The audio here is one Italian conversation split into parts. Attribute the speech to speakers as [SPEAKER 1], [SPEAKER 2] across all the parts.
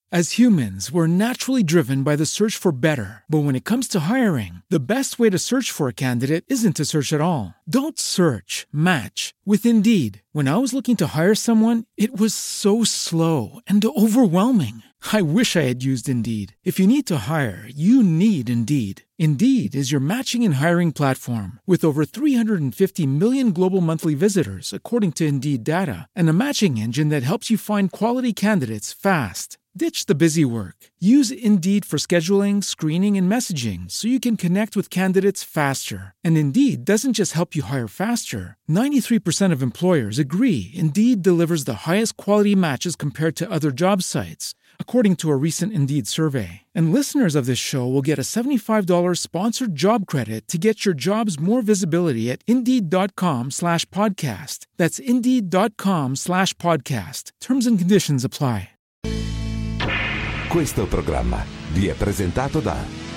[SPEAKER 1] As humans, we're naturally driven by the search for better. But when it comes to hiring, the best way to search for a candidate isn't to search at all. Don't search, match with Indeed. When I was looking to hire someone, it was so slow and overwhelming. I wish I had used Indeed. If you need to hire, you need Indeed. Indeed is your matching and hiring platform with over 350 million global monthly visitors, according to Indeed data, and a matching engine that helps you find quality candidates fast. Ditch the busy work. Use Indeed for scheduling, screening, and messaging so you can connect with candidates faster. And Indeed doesn't just help you hire faster. 93% of employers agree Indeed delivers the highest quality matches compared to other job sites, according to a recent Indeed survey. And listeners of this show will get a $75 sponsored job credit to get your jobs more visibility at Indeed.com/podcast. That's Indeed.com/podcast. Terms and conditions apply.
[SPEAKER 2] Questo programma vi è presentato da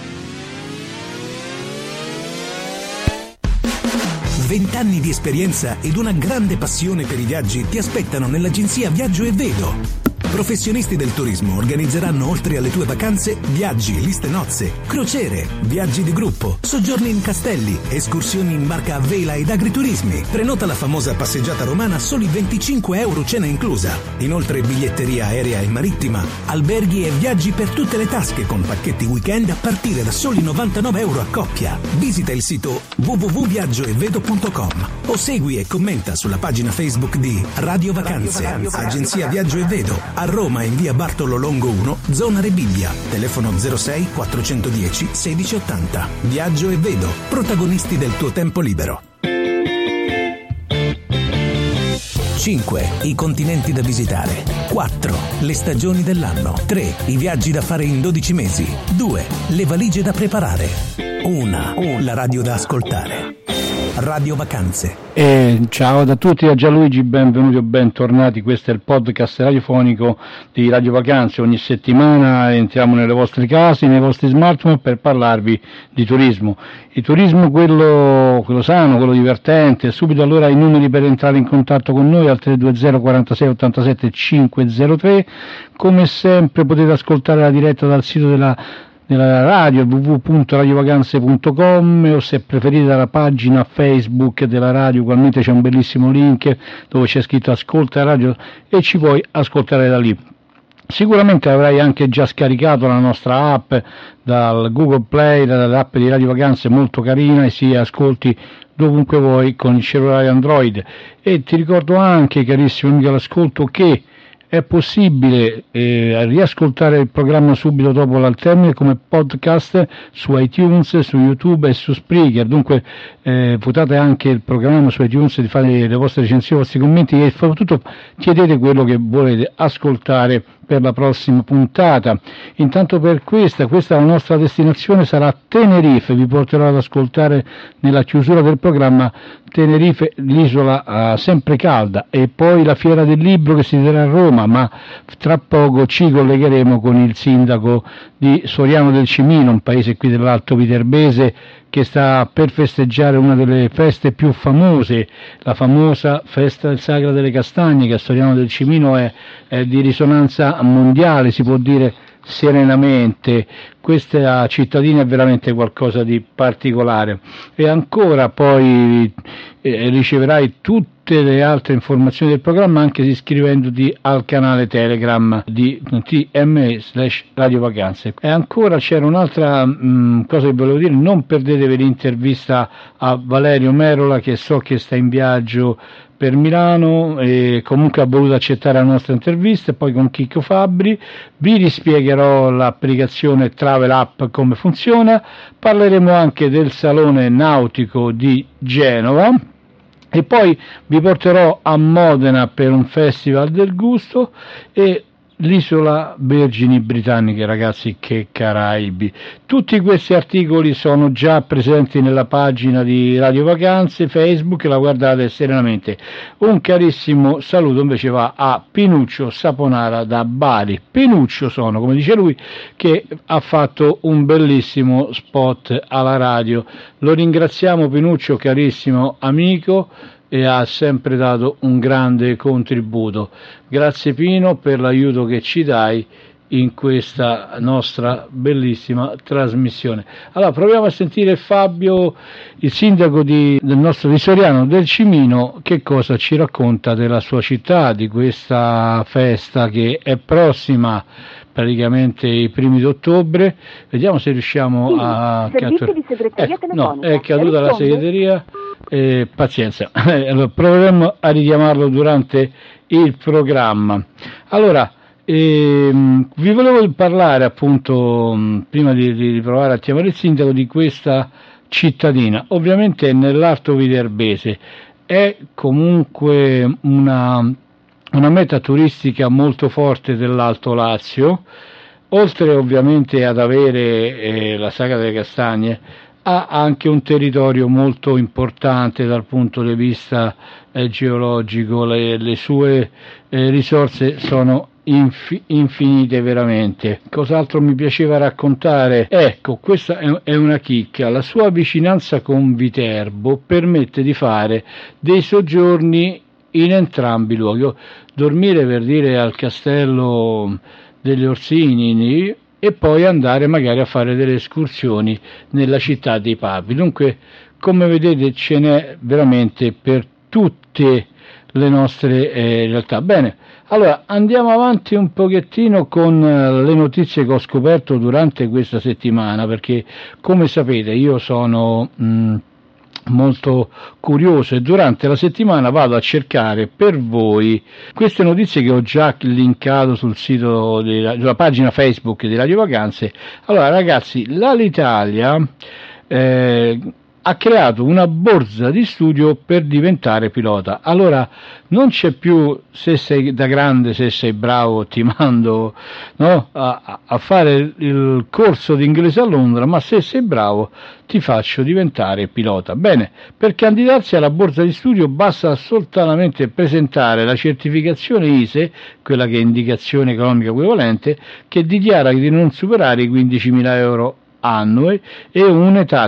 [SPEAKER 3] 20 anni di esperienza ed una grande passione per i viaggi ti aspettano nell'agenzia Viaggio e Vedo. Professionisti del turismo organizzeranno, oltre alle tue vacanze, viaggi, liste nozze, crociere, viaggi di gruppo, soggiorni in castelli, escursioni in barca a vela ed agriturismi. Prenota la famosa passeggiata romana a soli €25 cena inclusa. Inoltre biglietteria aerea e marittima, alberghi e viaggi per tutte le tasche con pacchetti weekend a partire da soli €99 a coppia. Visita il sito www.viaggioevedo.com o segui e commenta sulla pagina Facebook di Radio Vacanze, Agenzia Viaggio e Vedo, a Roma in via Bartolo Longo 1, zona Rebibbia, telefono 06 410 1680. Viaggio e Vedo, protagonisti del tuo tempo libero. 5. I continenti da visitare. 4. Le stagioni dell'anno. 3. I viaggi da fare in 12 mesi. 2. Le valigie da preparare. 1. La radio da ascoltare. Radio Vacanze.
[SPEAKER 4] Ciao a tutti, da Gianluigi, benvenuti o bentornati. Questo è il podcast radiofonico di Radio Vacanze. Ogni settimana entriamo nelle vostre case, nei vostri smartphone per parlarvi di turismo. Il turismo, quello sano, quello divertente. Subito allora i numeri per entrare in contatto con noi al 320 46 87 503. Come sempre potete ascoltare la diretta dal sito della radio www.radiovacanze.com o, se preferite, dalla pagina Facebook della radio. Ugualmente c'è un bellissimo link dove c'è scritto ascolta la radio e ci puoi ascoltare da lì. Sicuramente avrai anche già scaricato la nostra app dal Google Play, dall'app di Radio Vacanze, molto carina, e si ascolti dovunque vuoi con il cellulare Android. E ti ricordo anche, carissimo amico all'ascolto, che è possibile riascoltare il programma subito dopo al termine come podcast su iTunes, su YouTube e su Spreaker. Dunque votate anche il programma su iTunes, di fare le vostre recensioni, i vostri commenti e soprattutto chiedete quello che volete ascoltare per la prossima puntata. Intanto per questa la nostra destinazione sarà Tenerife. Vi porterò ad ascoltare nella chiusura del programma Tenerife, l'isola sempre calda, e poi la fiera del libro che si terrà a Roma, ma tra poco ci collegheremo con il sindaco di Soriano del Cimino, un paese qui dell'Alto Viterbese che sta per festeggiare una delle feste più famose, la famosa festa del Sagra delle Castagne, che a Soriano del Cimino è di risonanza mondiale, si può dire serenamente. Questa cittadina è veramente qualcosa di particolare. E ancora poi riceverai tutte le altre informazioni del programma anche iscrivendoti al canale Telegram di TME/Radio Vacanze. E ancora c'era un'altra cosa che volevo dire: non perdetevi l'intervista a Valerio Merola, che so che sta in viaggio per Milano e comunque ha voluto accettare la nostra intervista. E poi con Chicco Fabbri vi rispiegherò l'applicazione Travel App come funziona. Parleremo anche del Salone Nautico di Genova e poi vi porterò a Modena per un festival del gusto e l'isola Vergini Britanniche. Ragazzi, che Caraibi! Tutti questi articoli sono già presenti nella pagina di Radio Vacanze Facebook, la guardate serenamente. Un carissimo saluto invece va a Pinuccio Saponara da Bari. Pinuccio sono, come dice lui, che ha fatto un bellissimo spot alla radio. Lo ringraziamo, Pinuccio, carissimo amico, e ha sempre dato un grande contributo. Grazie Pino per l'aiuto che ci dai in questa nostra bellissima trasmissione. Allora proviamo a sentire Fabio, il sindaco del nostro di Soriano del Cimino, che cosa ci racconta della sua città, di questa festa che è prossima, praticamente i primi d'ottobre. Vediamo se riusciamo a
[SPEAKER 5] servizio di segreteria telefonica.
[SPEAKER 4] No, è caduta la segreteria, pazienza. Allora, proveremo a richiamarlo durante il programma. Allora, vi volevo parlare appunto, prima di provare a chiamare il sindaco, di questa cittadina. Ovviamente è nell'Alto Viterbese, è comunque una meta turistica molto forte dell'Alto Lazio, oltre ovviamente ad avere la Sagra delle Castagne, ha anche un territorio molto importante dal punto di vista geologico, le sue risorse sono infinite veramente. Cos'altro mi piaceva raccontare? Ecco, questa è una chicca: la sua vicinanza con Viterbo permette di fare dei soggiorni in entrambi i luoghi, dormire per dire al castello degli Orsini e poi andare magari a fare delle escursioni nella città dei Papi. Dunque, come vedete, ce n'è veramente per tutte le nostre realtà. Bene, allora andiamo avanti un pochettino con le notizie che ho scoperto durante questa settimana, perché come sapete io sono molto curioso e durante la settimana vado a cercare per voi queste notizie che ho già linkato sul sito sulla pagina Facebook di Radio Vacanze. Allora ragazzi, l'Alitalia ha creato una borsa di studio per diventare pilota. Allora non c'è più se sei da grande, se sei bravo ti mando, no, a fare il corso di inglese a Londra, ma se sei bravo ti faccio diventare pilota. Bene, per candidarsi alla borsa di studio basta soltanto presentare la certificazione ISEE, quella che è indicazione economica equivalente, che dichiara di non superare i 15.000 euro annui e un'età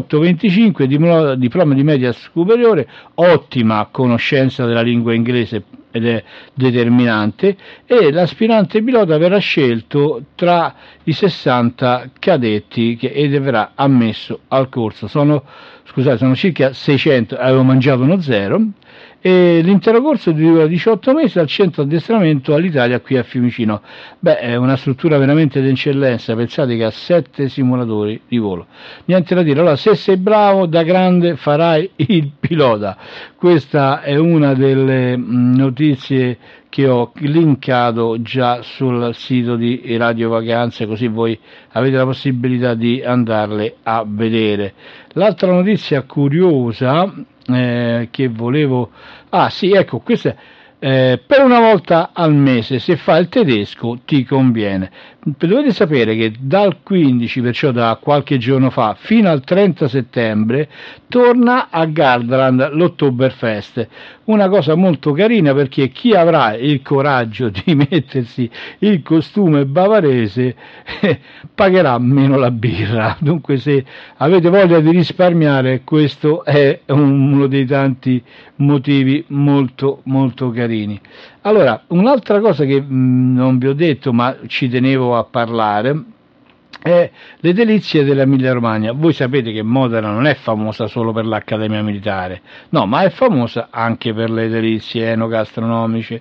[SPEAKER 4] 18-25, diploma di media superiore, ottima conoscenza della lingua inglese ed è determinante, e l'aspirante pilota verrà scelto tra i 60 cadetti ed verrà ammesso al corso. Sono circa 600, avevo mangiato uno zero, e l'intero corso dura 18 mesi al centro addestramento all'Italia qui a Fiumicino. Beh, è una struttura veramente d'eccellenza, pensate che ha 7 simulatori di volo. Niente da dire. Allora, se sei bravo da grande farai il pilota. Questa è una delle notizie che ho linkato già sul sito di Radio Vacanze, così voi avete la possibilità di andarle a vedere. L'altra notizia curiosa che volevo... ecco, questa per una volta al mese, se fa il tedesco ti conviene. Dovete sapere che dal 15, perciò da qualche giorno fa, fino al 30 settembre torna a Gardaland l'Oktoberfest, una cosa molto carina, perché chi avrà il coraggio di mettersi il costume bavarese pagherà meno la birra. Dunque, se avete voglia di risparmiare, questo è uno dei tanti motivi molto molto carini. Allora, un'altra cosa che non vi ho detto ma ci tenevo a parlare è le delizie dell'Emilia Romagna. Voi sapete che Modena non è famosa solo per l'Accademia Militare, no, ma è famosa anche per le delizie enogastronomiche.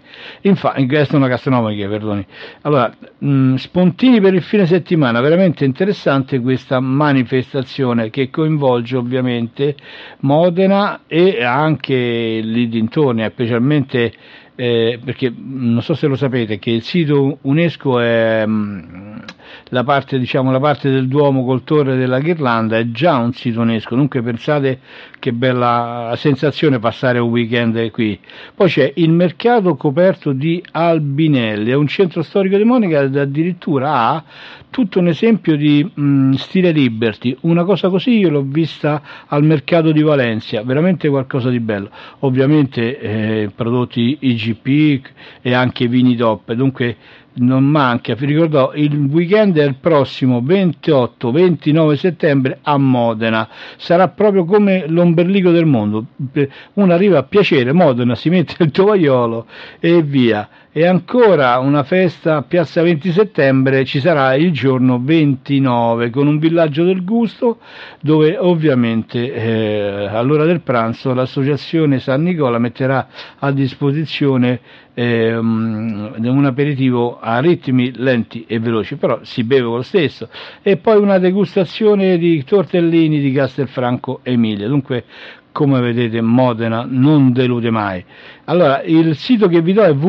[SPEAKER 4] Perdoni. Allora, spuntini per il fine settimana, veramente interessante questa manifestazione che coinvolge ovviamente Modena e anche lì dintorni, specialmente perché non so se lo sapete che il sito UNESCO è la parte del Duomo col Torre della Ghirlanda è già un sito UNESCO. Dunque pensate che bella sensazione passare un weekend qui. Poi c'è il mercato coperto di Albinelli, è un centro storico di Monaca, addirittura ha tutto un esempio di stile Liberty, una cosa così io l'ho vista al mercato di Valencia, veramente qualcosa di bello. Ovviamente prodotti IGP e anche vini DOP, dunque non manca. Vi ricordo, il weekend è il prossimo 28-29 settembre a Modena, sarà proprio come l'omberlico del mondo, uno arriva a piacere Modena, si mette il tovagliolo e via. E ancora una festa a Piazza 20 settembre ci sarà il giorno 29 con un villaggio del gusto, dove ovviamente all'ora del pranzo l'associazione San Nicola metterà a disposizione un aperitivo a ritmi lenti e veloci, però si beve lo stesso, e poi una degustazione di tortellini di Castelfranco Emilia. Dunque, come vedete, Modena non delude mai. Allora, il sito che vi do è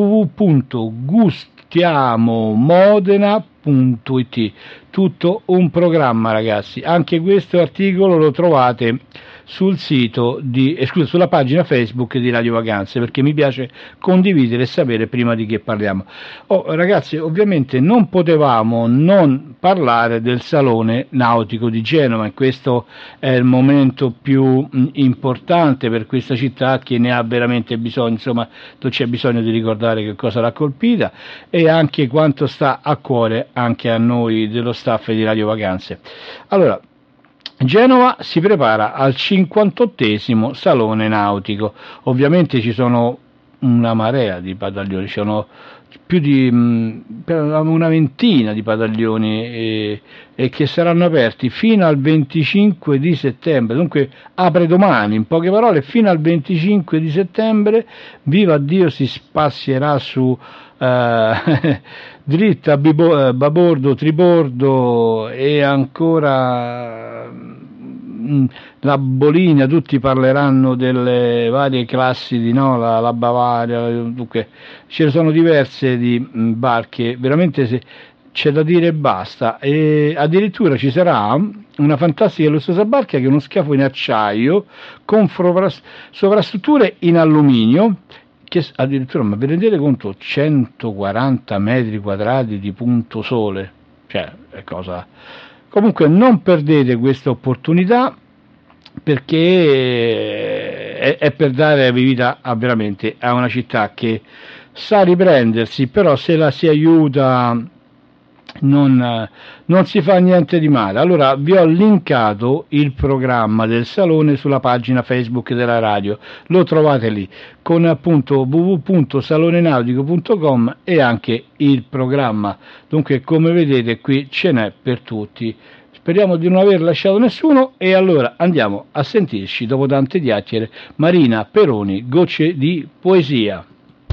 [SPEAKER 4] www.gustiamomodena.it, tutto un programma, ragazzi. Anche questo articolo lo trovate sul sito sulla pagina Facebook di Radio Vacanze, perché mi piace condividere e sapere prima di che parliamo. Ragazzi, ovviamente non potevamo non parlare del Salone Nautico di Genova, e questo è il momento più importante per questa città, che ne ha veramente bisogno. Insomma, non c'è bisogno di ricordare che cosa l'ha colpita e anche quanto sta a cuore anche a noi dello staff di Radio Vacanze. Allora, Genova si prepara al 58esimo Salone Nautico. Ovviamente ci sono una marea di padiglioni, ci sono più di una ventina di padiglioni e che saranno aperti fino al 25 di settembre. Dunque apre domani, in poche parole, fino al 25 di settembre. Viva Dio, si spasserà su dritta, babordo, tribordo e ancora la Bolina. Tutti parleranno delle varie classi di la Bavaria. Dunque ce ne sono diverse di barche, veramente c'è da dire basta. E addirittura ci sarà una fantastica e lussuosa barca che è uno scafo in acciaio con sovrastrutture in alluminio, che addirittura, ma vi rendete conto, 140 metri quadrati di punto sole, cioè è cosa. Comunque non perdete questa opportunità, perché è per dare vita veramente a una città che sa riprendersi, però se la si aiuta non si fa niente di male. Allora vi ho linkato il programma del salone sulla pagina Facebook della radio, lo trovate lì con appunto www.salonenautico.com e anche il programma. Dunque, come vedete, qui ce n'è per tutti. Speriamo di non aver lasciato nessuno, e allora andiamo a sentirci, dopo tante chiacchiere, Marina Peroni, Gocce di poesia.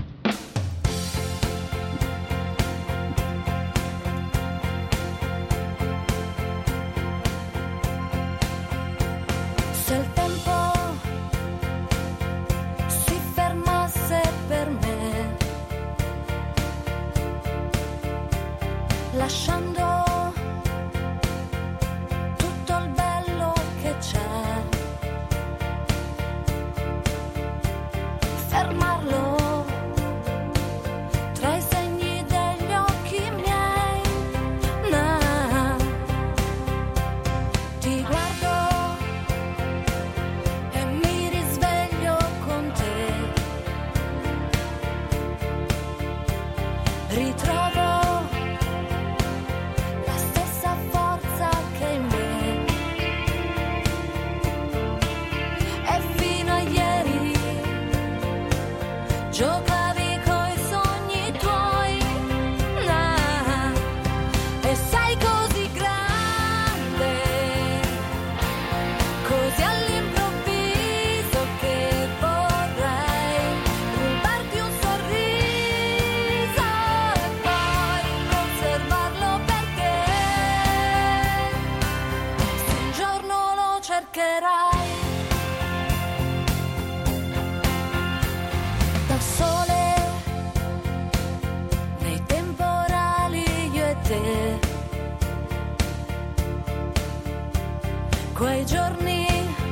[SPEAKER 6] Quei giorni,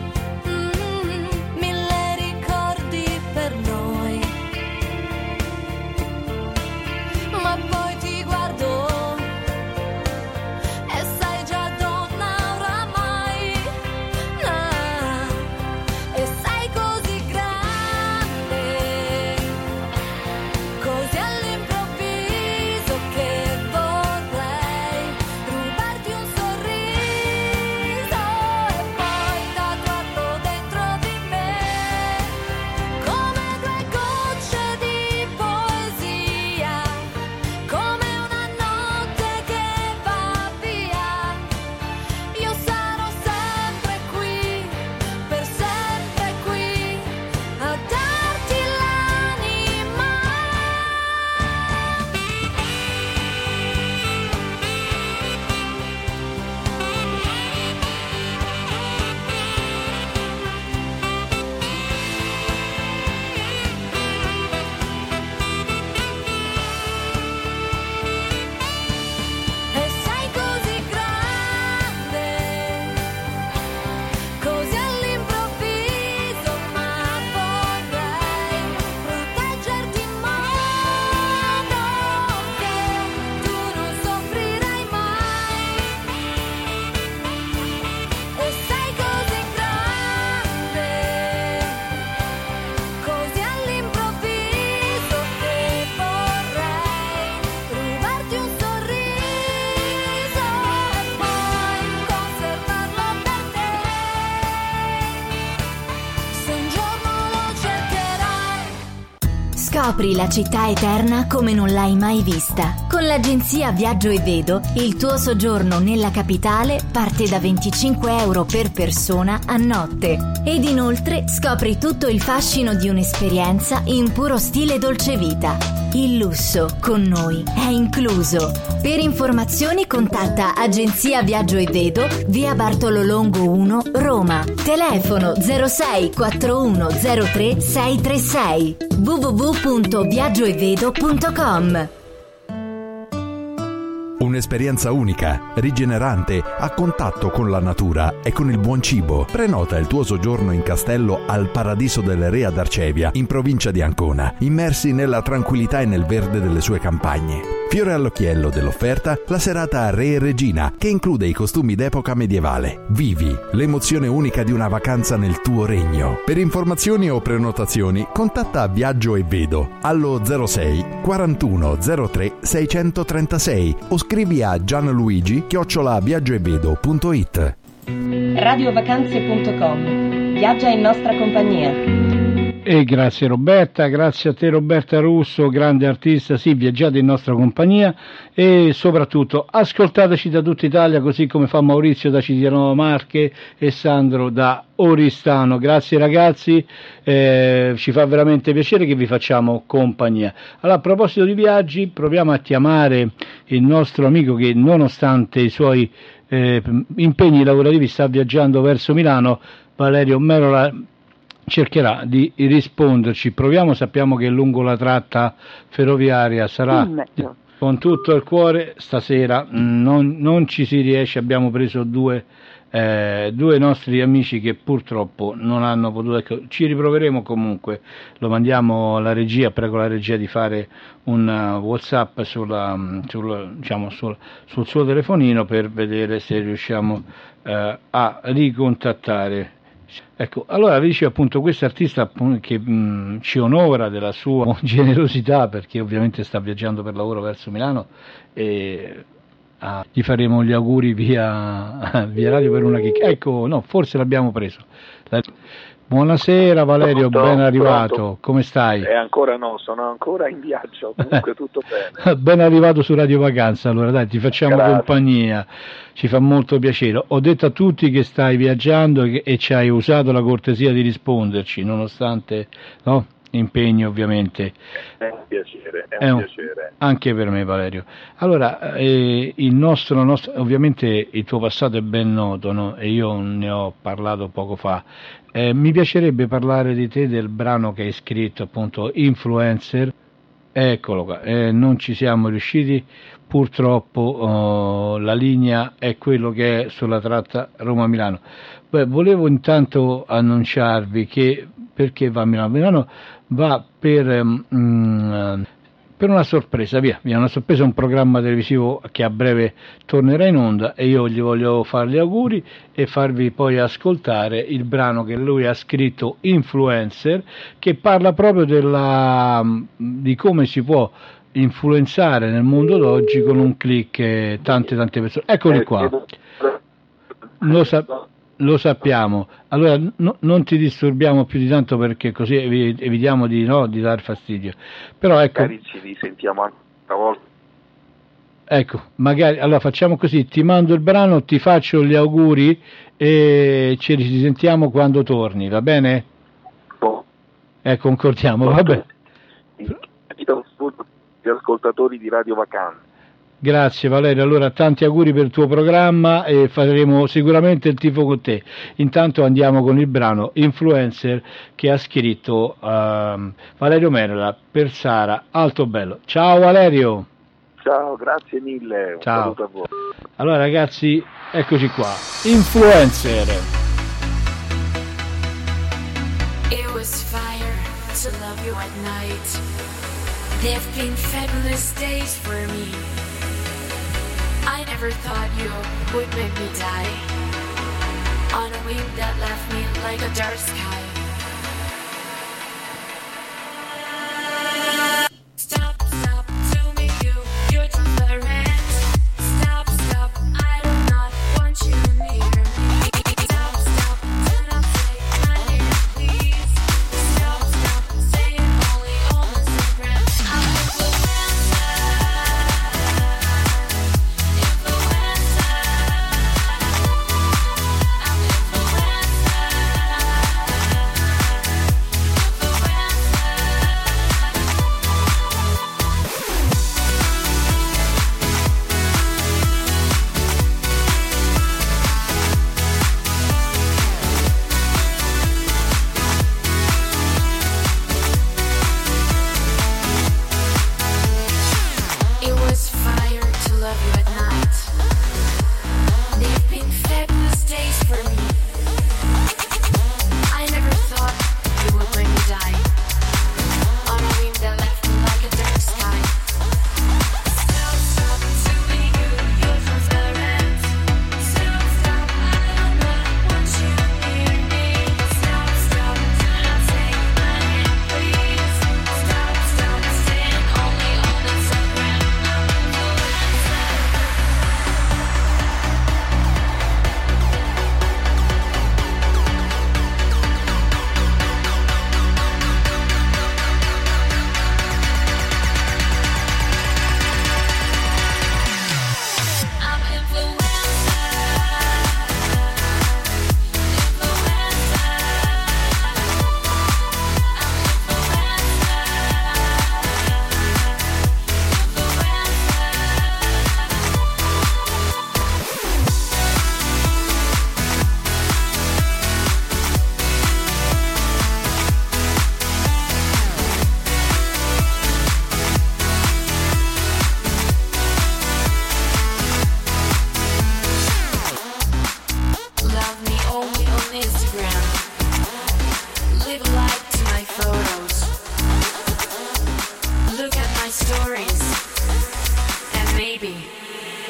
[SPEAKER 6] mille ricordi per noi, ma poi ti guardo e sei già donna oramai, e sei così grande, così all'improvviso che vorrei rubarti un sorriso.
[SPEAKER 7] Scopri la città eterna come non l'hai mai vista. Con l'agenzia Viaggio e Vedo, il tuo soggiorno nella capitale parte da 25 euro per persona a notte. Ed inoltre scopri tutto il fascino di un'esperienza in puro stile dolcevita. Il lusso con noi è incluso. Per informazioni contatta Agenzia Viaggio e Vedo, via Bartolo Longo 1, Roma. Telefono 06 41 03 636. www.viaggioevedo.com.
[SPEAKER 2] Un'esperienza unica, rigenerante, a contatto con la natura e con il buon cibo. Prenota il tuo soggiorno in castello al Paradiso del Re ad Arcevia, in provincia di Ancona, immersi nella tranquillità e nel verde delle sue campagne. Fiore all'occhiello dell'offerta, la serata Re e Regina, che include i costumi d'epoca medievale. Vivi l'emozione unica di una vacanza nel tuo regno. Per informazioni o prenotazioni, contatta Viaggio e Vedo allo 06 41 03 636 o scrivi a gianluigi@viaggioevedo.it.
[SPEAKER 8] radiovacanze.com. Viaggia in nostra compagnia.
[SPEAKER 4] E grazie Roberta, grazie a te Roberta Russo, grande artista, sì, viaggiate in nostra compagnia e soprattutto ascoltateci da tutta Italia, così come fa Maurizio da Citianova Marche e Sandro da Oristano. Grazie ragazzi, ci fa veramente piacere che vi facciamo compagnia. Allora, a proposito di viaggi, proviamo a chiamare il nostro amico che nonostante i suoi impegni lavorativi sta viaggiando verso Milano, Valerio Merola. Cercherà di risponderci. Proviamo, sappiamo che lungo la tratta ferroviaria sarà con tutto il cuore. Stasera non ci si riesce, abbiamo preso due nostri amici che purtroppo non hanno potuto, ecco, ci riproveremo comunque, lo mandiamo alla regia, prego la regia di fare un WhatsApp sul suo telefonino per vedere se riusciamo a ricontattare. Ecco, allora vi dicevo appunto questo artista che ci onora della sua generosità, perché ovviamente sta viaggiando per lavoro verso Milano e gli faremo gli auguri via radio per una chicca. Ecco, no, forse l'abbiamo preso. Buonasera Valerio, ben arrivato, pronto. Come stai?
[SPEAKER 9] Ancora no, sono ancora in viaggio, comunque tutto bene.
[SPEAKER 4] Ben arrivato su Radio Vacanza, allora dai, ti facciamo compagnia, ci fa molto piacere. Ho detto a tutti che stai viaggiando e ci hai usato la cortesia di risponderci, nonostante impegni ovviamente.
[SPEAKER 9] È un piacere, è un piacere.
[SPEAKER 4] Anche per me Valerio. Allora, il nostro ovviamente il tuo passato è ben noto, no? E io ne ho parlato poco fa. Mi piacerebbe parlare di te, del brano che hai scritto, appunto, Influencer. Eccolo qua, non ci siamo riusciti, purtroppo la linea è quello che è sulla tratta Roma-Milano. Beh, volevo intanto annunciarvi che perché va a Milano. Milano va per una sorpresa, via una sorpresa, un programma televisivo che a breve tornerà in onda e io gli voglio fare gli auguri e farvi poi ascoltare il brano che lui ha scritto, Influencer, che parla proprio di come si può influenzare nel mondo d'oggi con un click tante persone. Eccoli qua. Lo sappiamo, allora non ti disturbiamo più di tanto perché così evitiamo di dar fastidio. Però ecco,
[SPEAKER 9] magari ci risentiamo anche una volta.
[SPEAKER 4] Ecco, magari allora facciamo così, ti mando il brano, ti faccio gli auguri e ci risentiamo quando torni, va bene? Concordiamo, va bene.
[SPEAKER 9] Gli ascoltatori di Radio Vacanze.
[SPEAKER 4] Grazie Valerio, allora tanti auguri per il tuo programma e faremo sicuramente il tifo con te. Intanto andiamo con il brano Influencer che ha scritto Valerio Merola per Sara Altobello. Ciao Valerio!
[SPEAKER 9] Ciao, grazie mille, un saluto a voi.
[SPEAKER 4] Allora ragazzi, eccoci qua, Influencer.
[SPEAKER 6] It was fire to love you at night. There've been fabulous days for me. I never thought you would make me die on a wind that left me like a dark sky. Stop, tell me you're transparent. Stop, I do not want you near me. Stop, do not say my name, please. Stop, say it only on the secret.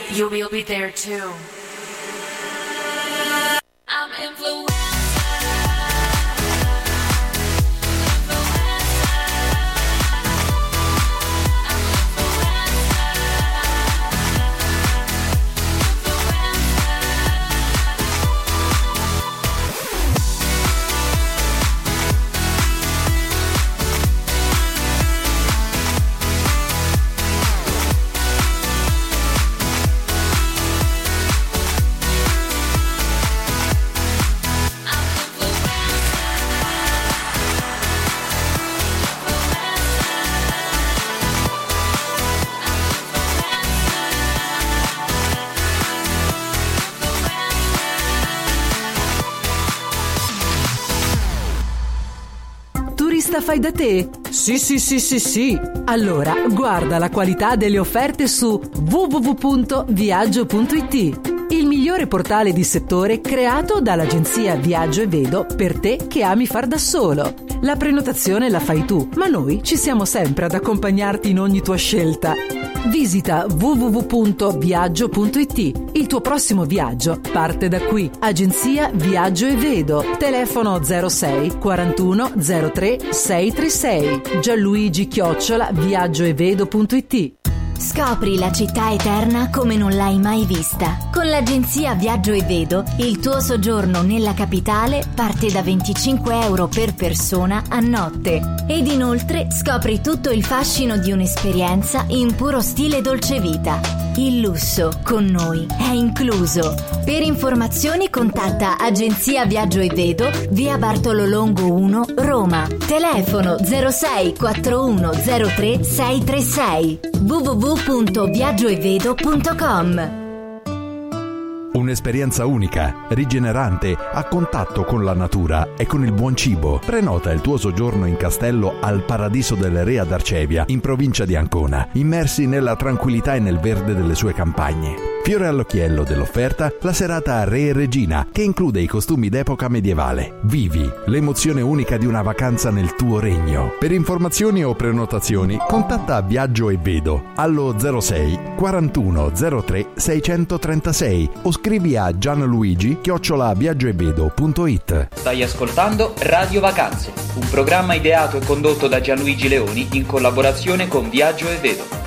[SPEAKER 6] you will be there too. I'm influencer.
[SPEAKER 10] Fai da te? Sì. Allora, guarda la qualità delle offerte su www.viaggio.it, il migliore portale di settore creato dall'agenzia Viaggio e Vedo per te che ami far da solo. La prenotazione la fai tu, ma noi ci siamo sempre ad accompagnarti in ogni tua scelta. Visita www.viaggio.it. Il tuo prossimo viaggio parte da qui. Agenzia Viaggio e Vedo. Telefono 06 41 03 636. Gianluigi@viaggioevedo.it.
[SPEAKER 7] Scopri la città eterna come non l'hai mai vista. Con l'agenzia Viaggio e Vedo, il tuo soggiorno nella capitale parte da 25 euro per persona a notte. Ed inoltre scopri tutto il fascino di un'esperienza in puro stile dolce vita. Il lusso con noi è incluso. Per informazioni contatta Agenzia Viaggio e Vedo, via Bartolo Longo 1, Roma. Telefono 06 41 03 636. www.viaggioevedo.com.
[SPEAKER 2] Un'esperienza unica, rigenerante, a contatto con la natura e con il buon cibo. Prenota il tuo soggiorno in castello al Paradiso delle Re ad Arcevia, in provincia di Ancona, immersi nella tranquillità e nel verde delle sue campagne. Fiore all'occhiello dell'offerta, la serata Re e Regina, che include i costumi d'epoca medievale. Vivi l'emozione unica di una vacanza nel tuo regno. Per informazioni o prenotazioni, contatta Viaggio e Vedo allo 06 41 03 636 o scrivi a gianluigi@viaggioevedo.it.
[SPEAKER 11] Stai ascoltando Radio Vacanze, un programma ideato e condotto da Gianluigi Leoni in collaborazione con Viaggio e Vedo.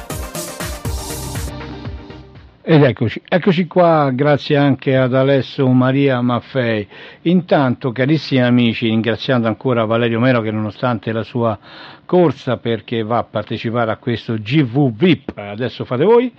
[SPEAKER 4] Ed eccoci qua, grazie anche ad Alessio Maria Maffei. Intanto, carissimi amici, ringraziando ancora Valerio Mero che nonostante la sua corsa perché va a partecipare a questo GV VIP, adesso fate voi,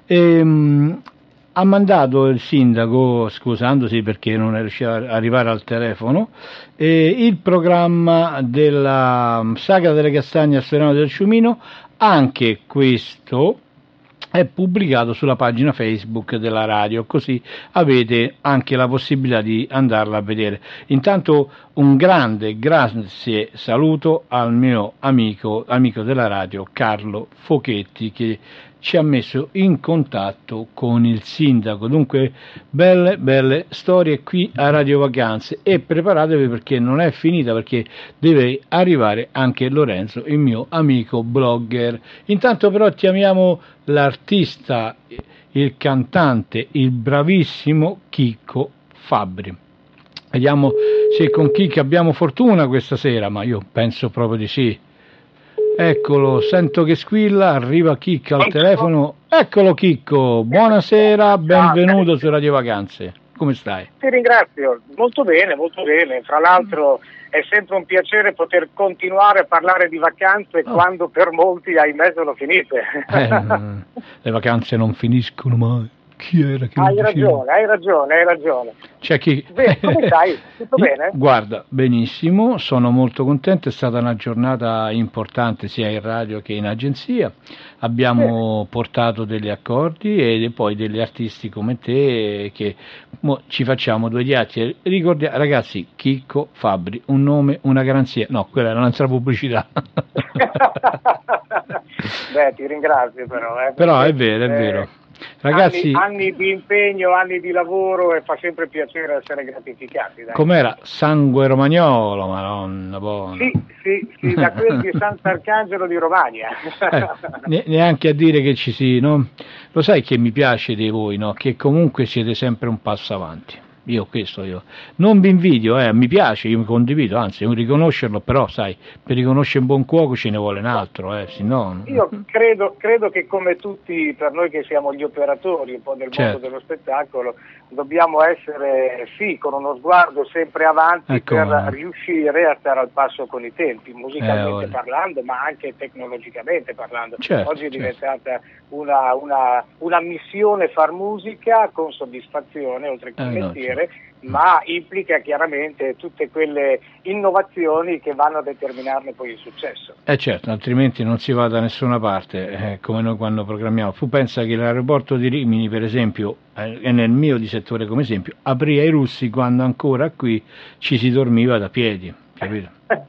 [SPEAKER 4] ha mandato il sindaco, scusandosi perché non è riuscito ad arrivare al telefono, il programma della Sagra delle Castagne a Soriano del Ciumino. Anche questo è pubblicato sulla pagina Facebook della radio, così avete anche la possibilità di andarla a vedere. Intanto un grazie saluto al mio amico della radio Carlo Fochetti, che ci ha messo in contatto con il sindaco. Dunque belle storie qui a Radio Vacanze, e preparatevi perché non è finita, perché deve arrivare anche Lorenzo, il mio amico blogger. Intanto però chiamiamo l'artista, il cantante, il bravissimo Chicco Fabbri. Vediamo se con Chicco abbiamo fortuna questa sera, ma io penso proprio di sì. Eccolo, sento che squilla, arriva Chicco al telefono. Eccolo Chicco, buonasera, benvenuto su Radio Vacanze. Come stai?
[SPEAKER 12] Ti ringrazio, molto bene. Fra l'altro è sempre un piacere poter continuare a parlare di vacanze quando per molti, ahimè, sono finite.
[SPEAKER 4] Le vacanze non finiscono mai. Chi era che
[SPEAKER 12] hai ragione.
[SPEAKER 4] C'è chi...
[SPEAKER 12] Beh, come stai? Tutto bene?
[SPEAKER 4] Guarda, benissimo, sono molto contento, è stata una giornata importante sia in radio che in agenzia. Abbiamo portato degli accordi e poi degli artisti come te che ci facciamo due chiacchiere. Ricordiamo, ragazzi, Chicco Fabbri, un nome, una garanzia. No, quella era un'altra pubblicità.
[SPEAKER 12] Beh, ti ringrazio però.
[SPEAKER 4] Però è vero. Ragazzi,
[SPEAKER 12] anni di impegno, anni di lavoro, e fa sempre piacere essere gratificati. Dai.
[SPEAKER 4] Com'era? Sangue romagnolo, madonna buona.
[SPEAKER 12] Sì, da quelli di Sant'Arcangelo di Romagna.
[SPEAKER 4] Neanche a dire che ci si, no? Lo sai che mi piace di voi, no? Che comunque siete sempre un passo avanti. Io non vi invidio, mi piace, io mi condivido, anzi, riconoscerlo, però sai, per riconoscere un buon cuoco ce ne vuole un altro,
[SPEAKER 12] Io credo che, come tutti, per noi che siamo gli operatori un po' del mondo dello spettacolo, dobbiamo essere, con uno sguardo sempre avanti, per riuscire a stare al passo con i tempi, musicalmente parlando, ma anche tecnologicamente parlando. Oggi è diventata una missione far musica con soddisfazione, oltre che mestiere, ma implica chiaramente tutte quelle innovazioni che vanno a determinarne poi il successo.
[SPEAKER 4] Certo, altrimenti non si va da nessuna parte, come noi quando programmiamo. Tu pensa che l'aeroporto di Rimini, per esempio, è nel mio di settore come esempio, aprì ai russi quando ancora qui ci si dormiva da piedi, capito?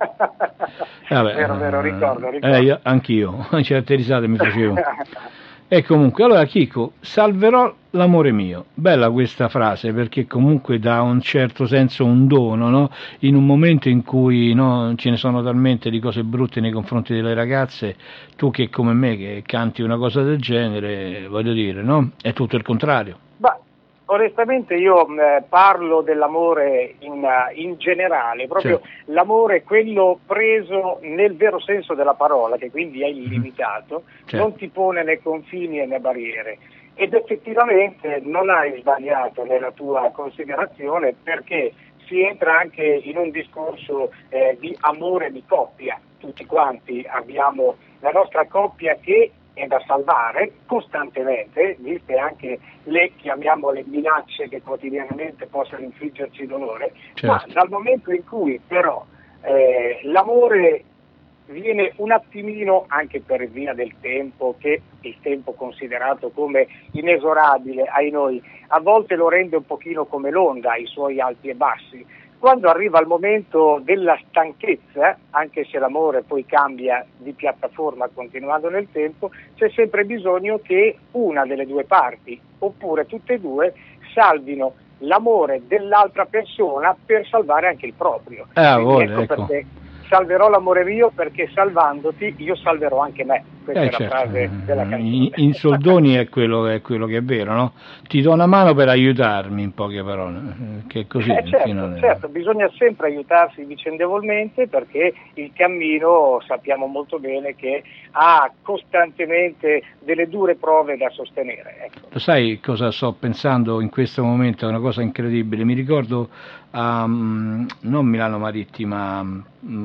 [SPEAKER 12] Vero, ricordo.
[SPEAKER 4] Anch'io, certe risate mi facevo. E comunque, allora Chico, salverò l'amore mio. Bella questa frase, perché comunque dà un certo senso, un dono, no? In un momento in cui ce ne sono talmente di cose brutte nei confronti delle ragazze, tu che come me che canti una cosa del genere, voglio dire, no? È tutto il contrario.
[SPEAKER 12] Onestamente io parlo dell'amore in generale, proprio l'amore quello preso nel vero senso della parola, che quindi è illimitato, non ti pone né confini né barriere. Ed effettivamente non hai sbagliato nella tua considerazione, perché si entra anche in un discorso di amore di coppia. Tutti quanti abbiamo la nostra coppia che è da salvare costantemente, viste anche le, chiamiamole, minacce che quotidianamente possono infliggerci dolore, ma dal momento in cui però l'amore viene un attimino, anche per via del tempo, che il tempo considerato come inesorabile ai noi, a volte lo rende un pochino come l'onda, ai suoi alti e bassi. Quando arriva il momento della stanchezza, anche se l'amore poi cambia di piattaforma continuando nel tempo, c'è sempre bisogno che una delle due parti, oppure tutte e due, salvino l'amore dell'altra persona per salvare anche il proprio. Perché salverò l'amore mio, perché salvandoti io salverò anche me. Questa è la frase della canzone.
[SPEAKER 4] In soldoni è quello che è vero, no? Ti do una mano per aiutarmi, in poche parole, che è così.
[SPEAKER 12] Certo, bisogna sempre aiutarsi vicendevolmente, perché il cammino sappiamo molto bene che ha costantemente delle dure prove da sostenere. Ecco.
[SPEAKER 4] Sai cosa sto pensando in questo momento? È una cosa incredibile. Mi ricordo non Milano Marittima,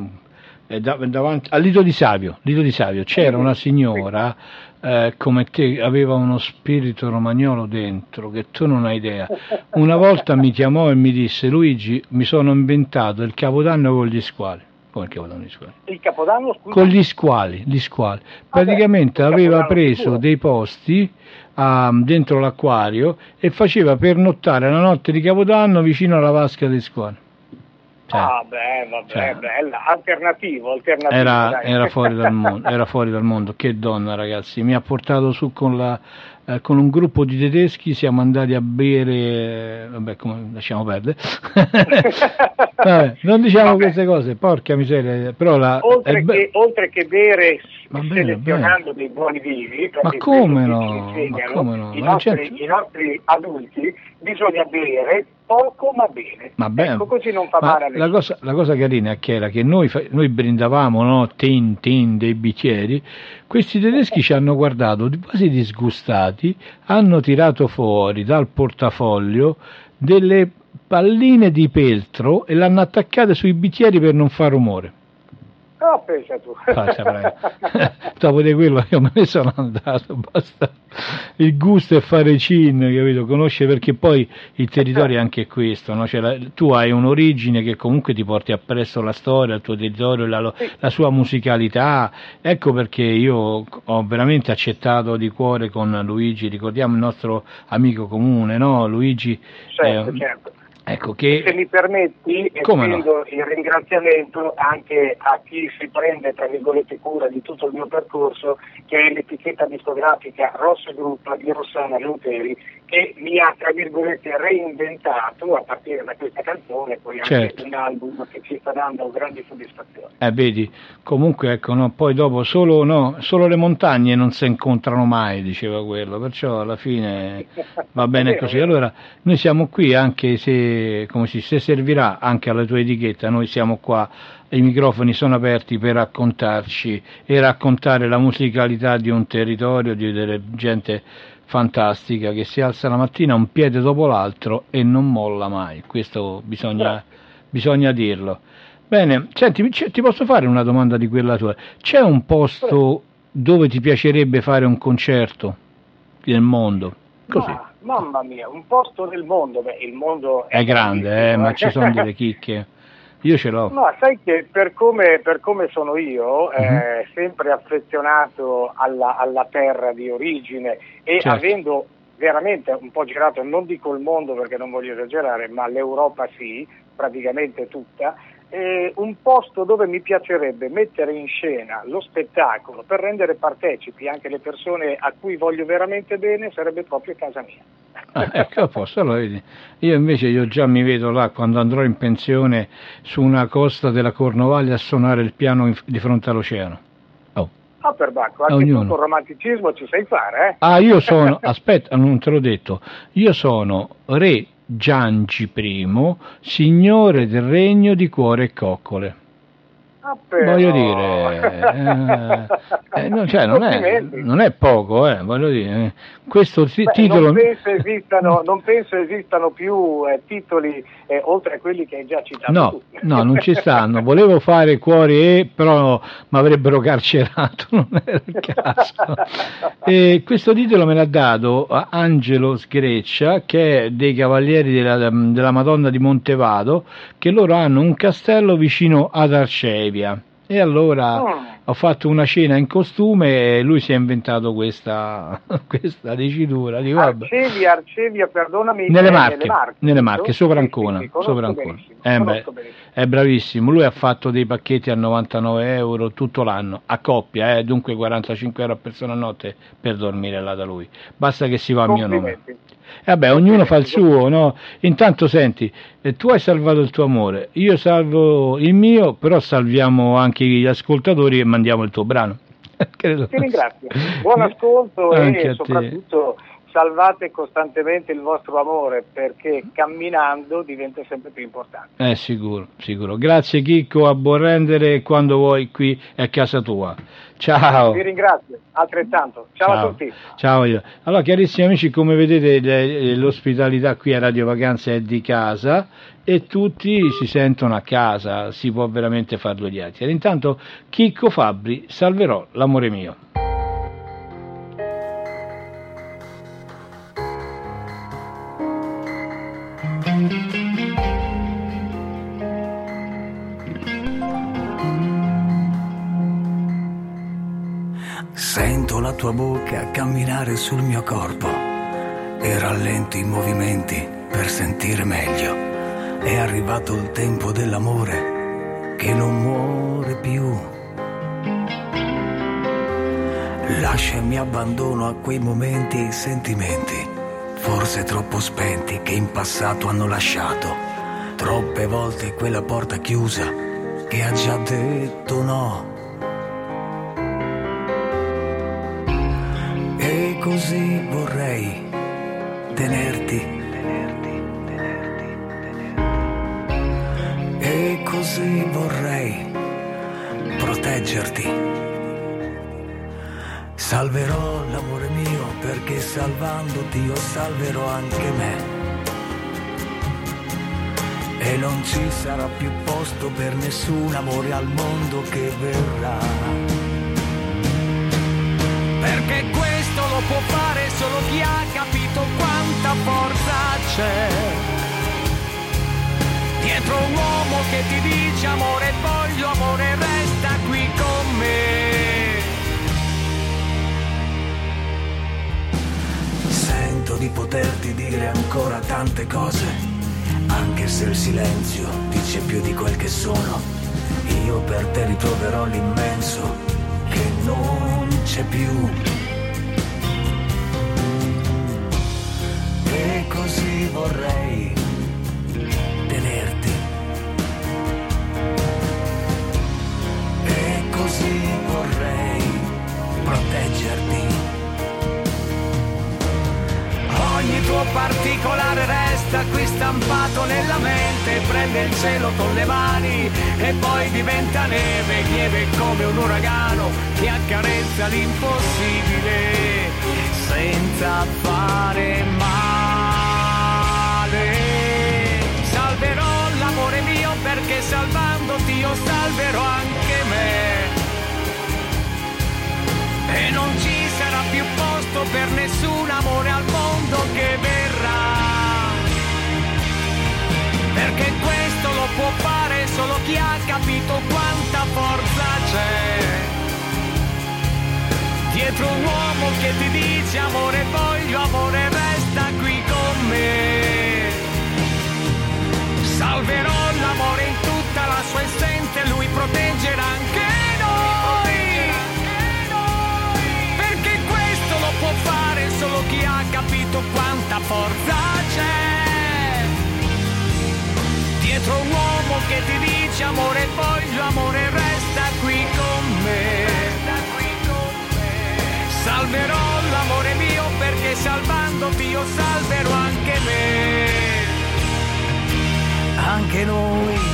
[SPEAKER 4] davanti a Lido di Savio c'era una signora come te, aveva uno spirito romagnolo dentro che tu non hai idea. Una volta mi chiamò e mi disse: Luigi, mi sono inventato il Capodanno con gli squali. Come il Capodanno con gli squali?
[SPEAKER 12] Il Capodanno, scusa?
[SPEAKER 4] Con gli squali. Praticamente aveva preso dei posti dentro l'acquario e faceva pernottare la notte di Capodanno vicino alla vasca dei squali.
[SPEAKER 12] Bella, alternativo.
[SPEAKER 4] Era fuori dal mondo, che donna, ragazzi. Mi ha portato su con un gruppo di tedeschi, siamo andati a bere, lasciamo perdere. Non diciamo queste cose, porca miseria. Però
[SPEAKER 12] oltre che bere, selezionando dei buoni vini,
[SPEAKER 4] ma come no?
[SPEAKER 12] I nostri adulti, bisogna bere poco ma bene. Ecco, così non fa male.
[SPEAKER 4] La cosa carina che era che noi brindavamo, no, tin dei bicchieri. Questi tedeschi ci hanno guardato quasi disgustati, hanno tirato fuori dal portafoglio delle palline di peltro e l'hanno attaccate sui bicchieri per non far rumore.
[SPEAKER 12] Pensa tu.
[SPEAKER 4] Dopo di quello io me ne sono andato, basta. Il gusto è fare cin, capito? Conosce, perché poi il territorio è anche questo, no? Tu hai un'origine che comunque ti porti appresso la storia, il tuo territorio, la sua musicalità. Ecco perché io ho veramente accettato di cuore con Luigi, ricordiamo il nostro amico comune, no? Luigi
[SPEAKER 12] certo.
[SPEAKER 4] Ecco che...
[SPEAKER 12] Se mi permetti, estendo il ringraziamento anche a chi si prende, tra virgolette, cura di tutto il mio percorso, che è l'etichetta discografica Rosso Group di Rossana Leuteri, che mi ha, tra virgolette, reinventato a partire da questa canzone, poi anche un album che ci sta dando grandi soddisfazioni.
[SPEAKER 4] Vedi, comunque ecco, no, poi dopo solo le montagne non si incontrano mai, diceva quello, perciò alla fine va bene così. Allora noi siamo qui, anche se servirà anche alla tua etichetta, noi siamo qua, i microfoni sono aperti per raccontarci e raccontare la musicalità di un territorio, di delle gente fantastica che si alza la mattina un piede dopo l'altro e non molla mai, questo bisogna dirlo. Bene, senti, ti posso fare una domanda di quella tua? C'è un posto dove ti piacerebbe fare un concerto nel mondo? Così.
[SPEAKER 12] Mamma mia, un posto nel mondo, il mondo
[SPEAKER 4] è grande, ma ci sono delle chicche. Io ce l'ho.
[SPEAKER 12] No, sai che per come sono io, sempre affezionato alla terra di origine e avendo veramente un po' girato, non dico il mondo perché non voglio esagerare, ma l'Europa sì, praticamente tutta, un posto dove mi piacerebbe mettere in scena lo spettacolo per rendere partecipi anche le persone a cui voglio veramente bene sarebbe proprio casa mia.
[SPEAKER 4] Ecco, a posto, allora vedi. Io invece già mi vedo là quando andrò in pensione su una costa della Cornovaglia a suonare il piano di fronte all'oceano.
[SPEAKER 12] Per Bacco, anche tu con romanticismo ci sai fare,
[SPEAKER 4] io sono, aspetta, non te l'ho detto, io sono re Giangi I, signore del regno di cuore e coccole. Voglio dire, non è poco, voglio dire. Questo titolo.
[SPEAKER 12] Non penso esistano più titoli oltre a quelli che hai già citato.
[SPEAKER 4] No, non ci stanno. Volevo fare cuore però mi avrebbero carcerato, non era il caso. Questo titolo me l'ha dato Angelo Sgreccia, che è dei Cavalieri della Madonna di Montevado, che loro hanno un castello vicino ad Arcevia. E allora ho fatto una cena in costume e lui si è inventato questa dicitura.
[SPEAKER 12] Arcevia, perdonami.
[SPEAKER 4] Nelle Marche, sopra Ancona. È bravissimo. Lui ha fatto dei pacchetti a 99 euro tutto l'anno, a coppia, dunque 45 euro a persona a notte per dormire là da lui. Basta che si va a mio nome. Ognuno fa il suo, no? Intanto senti, tu hai salvato il tuo amore, io salvo il mio, però salviamo anche gli ascoltatori e mandiamo il tuo brano.
[SPEAKER 12] Ti ringrazio, buon ascolto e soprattutto salvate costantemente il vostro amore, perché camminando diventa sempre più importante.
[SPEAKER 4] Sicuro. Grazie Chicco, a buon rendere, quando vuoi qui è casa tua. Ciao.
[SPEAKER 12] Vi ringrazio, altrettanto. Ciao a tutti.
[SPEAKER 4] Ciao. Allora, carissimi amici, come vedete l'ospitalità qui a Radio Vacanze è di casa e tutti si sentono a casa, si può veramente fare due chiacchiere. Intanto Chicco Fabbri, salverò l'amore mio.
[SPEAKER 3] Sento la tua bocca camminare sul mio corpo e rallento i movimenti per sentire meglio. È arrivato il tempo dell'amore che non muore più. Lasciami abbandono a quei momenti e sentimenti, forse troppo spenti, che in passato hanno lasciato troppe volte quella porta chiusa che ha già detto no. E così vorrei tenerti, e così vorrei proteggerti. Salverò l'amore mio, perché salvandoti io salverò anche me. E non ci sarà più posto per nessun amore al mondo che verrà. Perché questo lo può fare solo chi ha capito quanta forza c'è dietro un uomo che ti dice amore voglio, amore resta qui con me. Sento di poterti dire ancora tante cose,
[SPEAKER 13] Anche se il silenzio dice più di quel che sono, io per te ritroverò l'immenso che non c'è più. E così vorrei tenerti, e così vorrei proteggerti. Ogni tuo particolare resta qui stampato nella mente, prende il cielo con le mani e poi diventa neve, lieve come un uragano che accarezza l'impossibile senza fare male. Salverò l'amore mio perché salvandoti io salverò anche me. E non ci sarà più posto per nessun amore al mondo che verrà, perché questo lo può fare solo chi ha capito quanta forza c'è dietro un uomo che ti dice amore voglio, amore resta qui con me. Salverò l'amore in tutta la sua essenza e lui proteggerà anche può fare solo chi ha capito quanta forza c'è dietro un uomo che ti dice amore voglio, amore resta qui con me. Salverò l'amore mio perché salvandoti io salverò anche me, anche noi.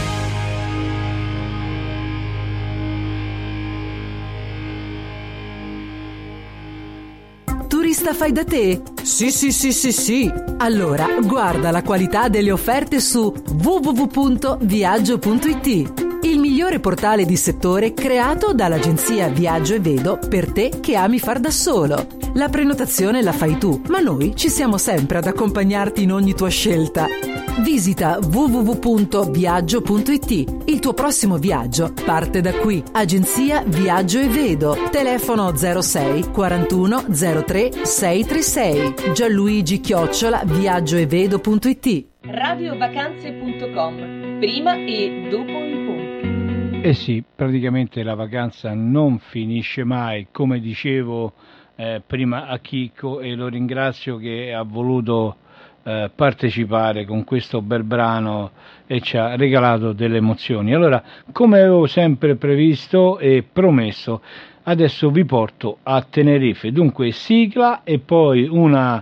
[SPEAKER 10] Turista fai da te? Sì. Allora, guarda la qualità delle offerte su www.viaggio.it, il migliore portale di settore creato dall'agenzia Viaggio e Vedo per te che ami far da solo. La prenotazione la fai tu, ma noi ci siamo sempre ad accompagnarti in ogni tua scelta. Visita www.viaggio.it. Il tuo prossimo viaggio parte da qui. Agenzia Viaggio e Vedo. Telefono 06 41 03 636. Gianluigi@viaggioevedo.it.
[SPEAKER 8] radiovacanze.com. Prima e dopo i ponti.
[SPEAKER 4] Eh sì, praticamente la vacanza non finisce mai, come dicevo prima a Chicco, e lo ringrazio che ha voluto partecipare con questo bel brano e ci ha regalato delle emozioni. Allora, come avevo sempre previsto e promesso, adesso vi porto a Tenerife, dunque sigla e poi una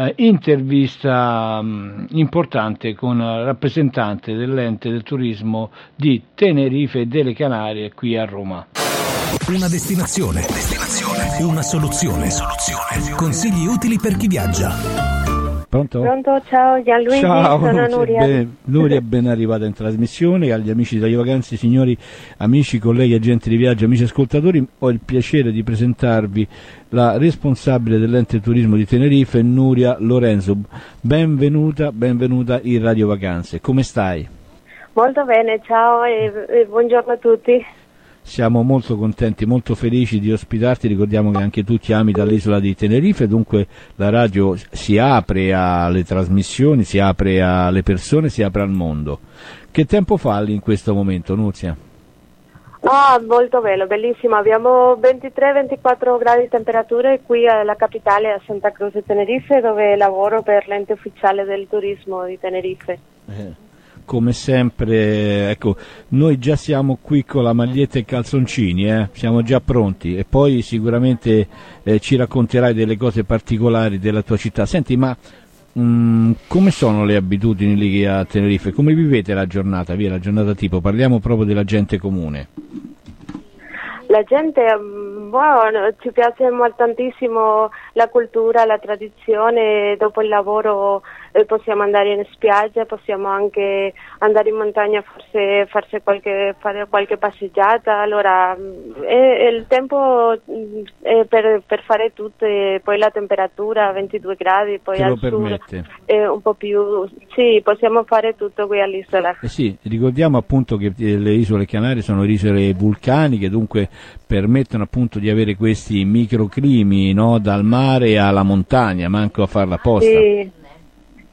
[SPEAKER 4] intervista importante con il rappresentante dell'ente del turismo di Tenerife e delle Canarie qui a Roma.
[SPEAKER 3] Una destinazione. Una soluzione. Consigli utili per chi viaggia.
[SPEAKER 14] Pronto, ciao Gianluigi,
[SPEAKER 2] ciao,
[SPEAKER 14] sono Nuria.
[SPEAKER 2] Nuria, ben arrivata in trasmissione. Agli amici di Radio Vacanze, signori amici, colleghi, agenti di viaggio, amici ascoltatori, ho il piacere di presentarvi la responsabile dell'ente turismo di Tenerife, Nuria Lorenzo. Benvenuta in Radio Vacanze. Come stai?
[SPEAKER 14] Molto bene, ciao e buongiorno a tutti.
[SPEAKER 2] Siamo molto contenti, molto felici di ospitarti. Ricordiamo che anche tu ti ami dall'isola di Tenerife, dunque la radio si apre alle trasmissioni, si apre alle persone, si apre al mondo. Che tempo fa lì in questo momento, Nuzia?
[SPEAKER 14] Molto bello, bellissimo. Abbiamo 23-24 gradi di temperatura qui alla capitale, a Santa Cruz de Tenerife, dove lavoro per l'ente ufficiale del turismo di Tenerife.
[SPEAKER 2] Come sempre, ecco, noi già siamo qui con la maglietta e i calzoncini, siamo già pronti, e poi sicuramente ci racconterai delle cose particolari della tua città. Senti, ma come sono le abitudini lì a Tenerife? Come vivete la giornata? Via, la giornata tipo, parliamo proprio della gente comune.
[SPEAKER 14] La gente, ci piace tantissimo la cultura, la tradizione. Dopo il lavoro possiamo andare in spiaggia, possiamo anche andare in montagna, fare qualche passeggiata. Allora il tempo è per fare tutto, e poi la temperatura 22 gradi, poi al sud è un po' più, sì, possiamo fare tutto qui all'isola.
[SPEAKER 2] Sì, ricordiamo appunto che le isole Canarie sono isole vulcaniche, dunque permettono appunto di avere questi microclimi, no? Dal mare alla montagna, manco a farla apposta.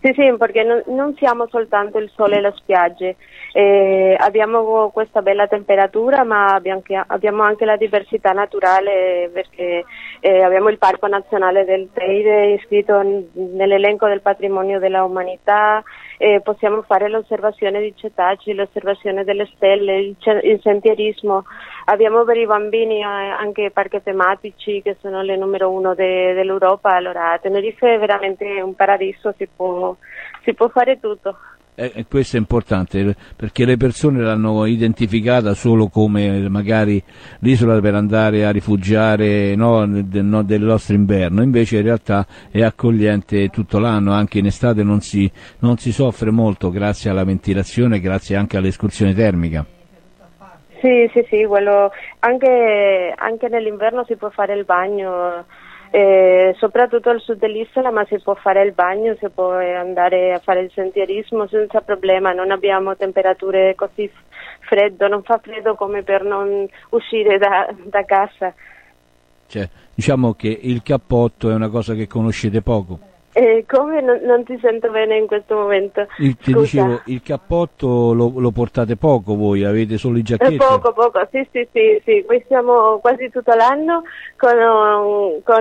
[SPEAKER 14] Sì, perché non siamo soltanto il sole e le spiagge, abbiamo questa bella temperatura, ma abbiamo anche la diversità naturale, perché abbiamo il Parco Nazionale del Teide iscritto nell'elenco del patrimonio della umanità, possiamo fare l'osservazione di cetacei, l'osservazione delle stelle, il sentierismo. Abbiamo per i bambini anche parchi tematici che sono le numero 1 dell'Europa. Allora Tenerife è veramente un paradiso, si può fare tutto.
[SPEAKER 4] Questo è importante, perché le persone l'hanno identificata solo come magari l'isola per andare a rifugiare del nostro inverno, invece in realtà è accogliente tutto l'anno, anche in estate non si soffre molto grazie alla ventilazione, grazie anche all'escursione termica.
[SPEAKER 14] Sì, quello anche nell'inverno si può fare il bagno, soprattutto al sud dell'isola, ma si può fare il bagno, si può andare a fare il sentierismo senza problema, non abbiamo temperature così freddo, non fa freddo come per non uscire da casa.
[SPEAKER 4] Cioè, diciamo che il cappotto è una cosa che conoscete poco.
[SPEAKER 14] Come? Non ti sento bene in questo momento.
[SPEAKER 4] Ti dicevo, il cappotto lo portate poco voi, avete solo i giacchetti?
[SPEAKER 14] Poco, sì, qui siamo quasi tutto l'anno con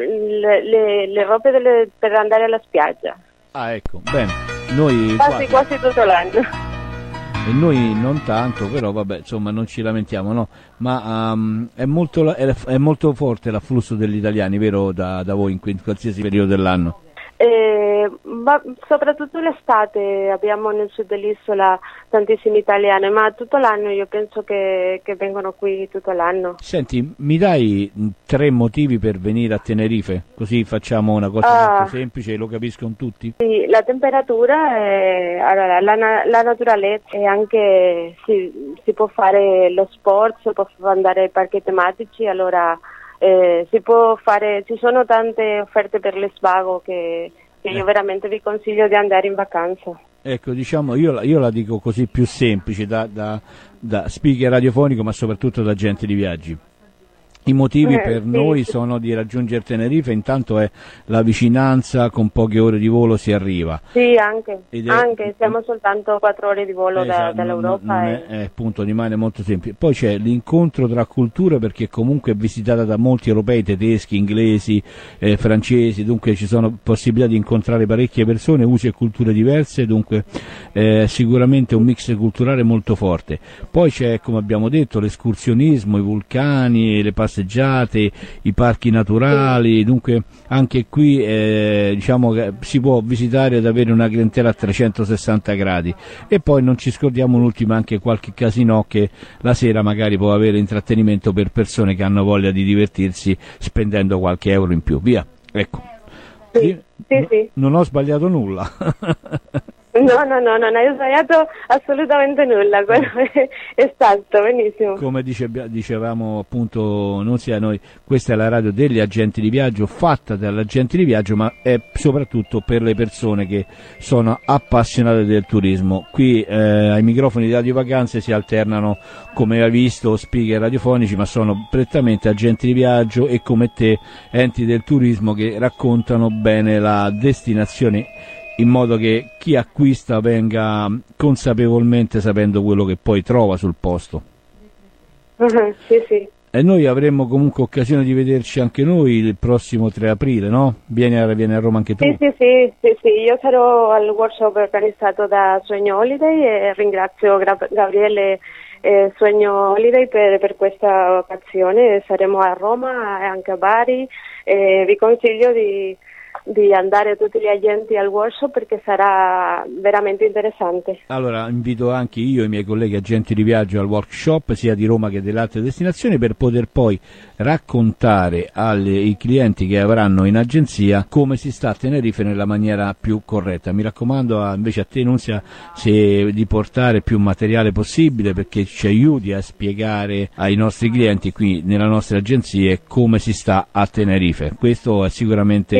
[SPEAKER 14] le robe per andare alla spiaggia.
[SPEAKER 4] Ah, ecco, bene, noi
[SPEAKER 14] quasi tutto l'anno.
[SPEAKER 4] E noi non tanto, però vabbè, insomma, non ci lamentiamo, no? Ma è molto forte l'afflusso degli italiani, vero, da voi in qualsiasi periodo dell'anno?
[SPEAKER 14] Ma soprattutto l'estate abbiamo nel sud dell'isola tantissimi italiani, ma tutto l'anno io penso che vengono qui tutto l'anno.
[SPEAKER 4] Senti, mi dai 3 motivi per venire a Tenerife? Così facciamo una cosa molto semplice e lo capiscono tutti?
[SPEAKER 14] Sì, la temperatura, allora, la naturalezza e anche si può fare lo sport, si può andare ai parchi tematici, allora si può fare, ci sono tante offerte per lo svago che io veramente vi consiglio di andare in vacanza.
[SPEAKER 4] Ecco, diciamo, io la dico così più semplice da speaker radiofonico, ma soprattutto da agente di viaggi. I motivi per noi sono di raggiungere Tenerife, intanto è la vicinanza, con poche ore di volo si arriva.
[SPEAKER 14] Sì, anche siamo soltanto 4 ore di volo dall'Europa.
[SPEAKER 4] Appunto, rimane molto semplice. Poi c'è l'incontro tra culture, perché comunque è visitata da molti europei, tedeschi, inglesi, francesi, dunque ci sono possibilità di incontrare parecchie persone, usi e culture diverse, dunque sicuramente un mix culturale molto forte. Poi c'è, come abbiamo detto, l'escursionismo, i vulcani, le passeggiate, i parchi naturali, dunque anche qui diciamo che si può visitare ed avere una clientela a 360 gradi. E poi non ci scordiamo l'ultimo, anche qualche casino che la sera magari può avere intrattenimento per persone che hanno voglia di divertirsi spendendo qualche euro in più. Via, ecco.
[SPEAKER 14] Sì.
[SPEAKER 4] Non ho sbagliato nulla.
[SPEAKER 14] No, non hai sbagliato assolutamente nulla, quello è esatto, benissimo.
[SPEAKER 4] Come dicevamo appunto, non sia noi, questa è la radio degli agenti di viaggio, fatta dall'agente di viaggio, ma è soprattutto per le persone che sono appassionate del turismo. Qui ai microfoni di Radio Vacanze si alternano, come hai visto, speaker radiofonici, ma sono prettamente agenti di viaggio e come te enti del turismo che raccontano bene la destinazione, in modo che chi acquista venga consapevolmente sapendo quello che poi trova sul posto.
[SPEAKER 14] Sì.
[SPEAKER 4] E noi avremo comunque occasione di vederci anche noi il prossimo 3 aprile, no? Vieni a Roma anche tu?
[SPEAKER 14] Sì, io sarò al workshop organizzato da Sogno Holiday e ringrazio Gabriele Sogno Holiday per questa occasione. Saremo a Roma e anche a Bari, vi consiglio di andare tutti gli agenti al workshop perché sarà veramente interessante.
[SPEAKER 4] Allora invito anche io e i miei colleghi agenti di viaggio al workshop sia di Roma che delle altre destinazioni, per poter poi raccontare ai clienti che avranno in agenzia come si sta a Tenerife nella maniera più corretta. Mi raccomando invece a te, Nunzia, di portare più materiale possibile, perché ci aiuti a spiegare ai nostri clienti qui nella nostra agenzia come si sta a Tenerife. Questo è sicuramente un ruolo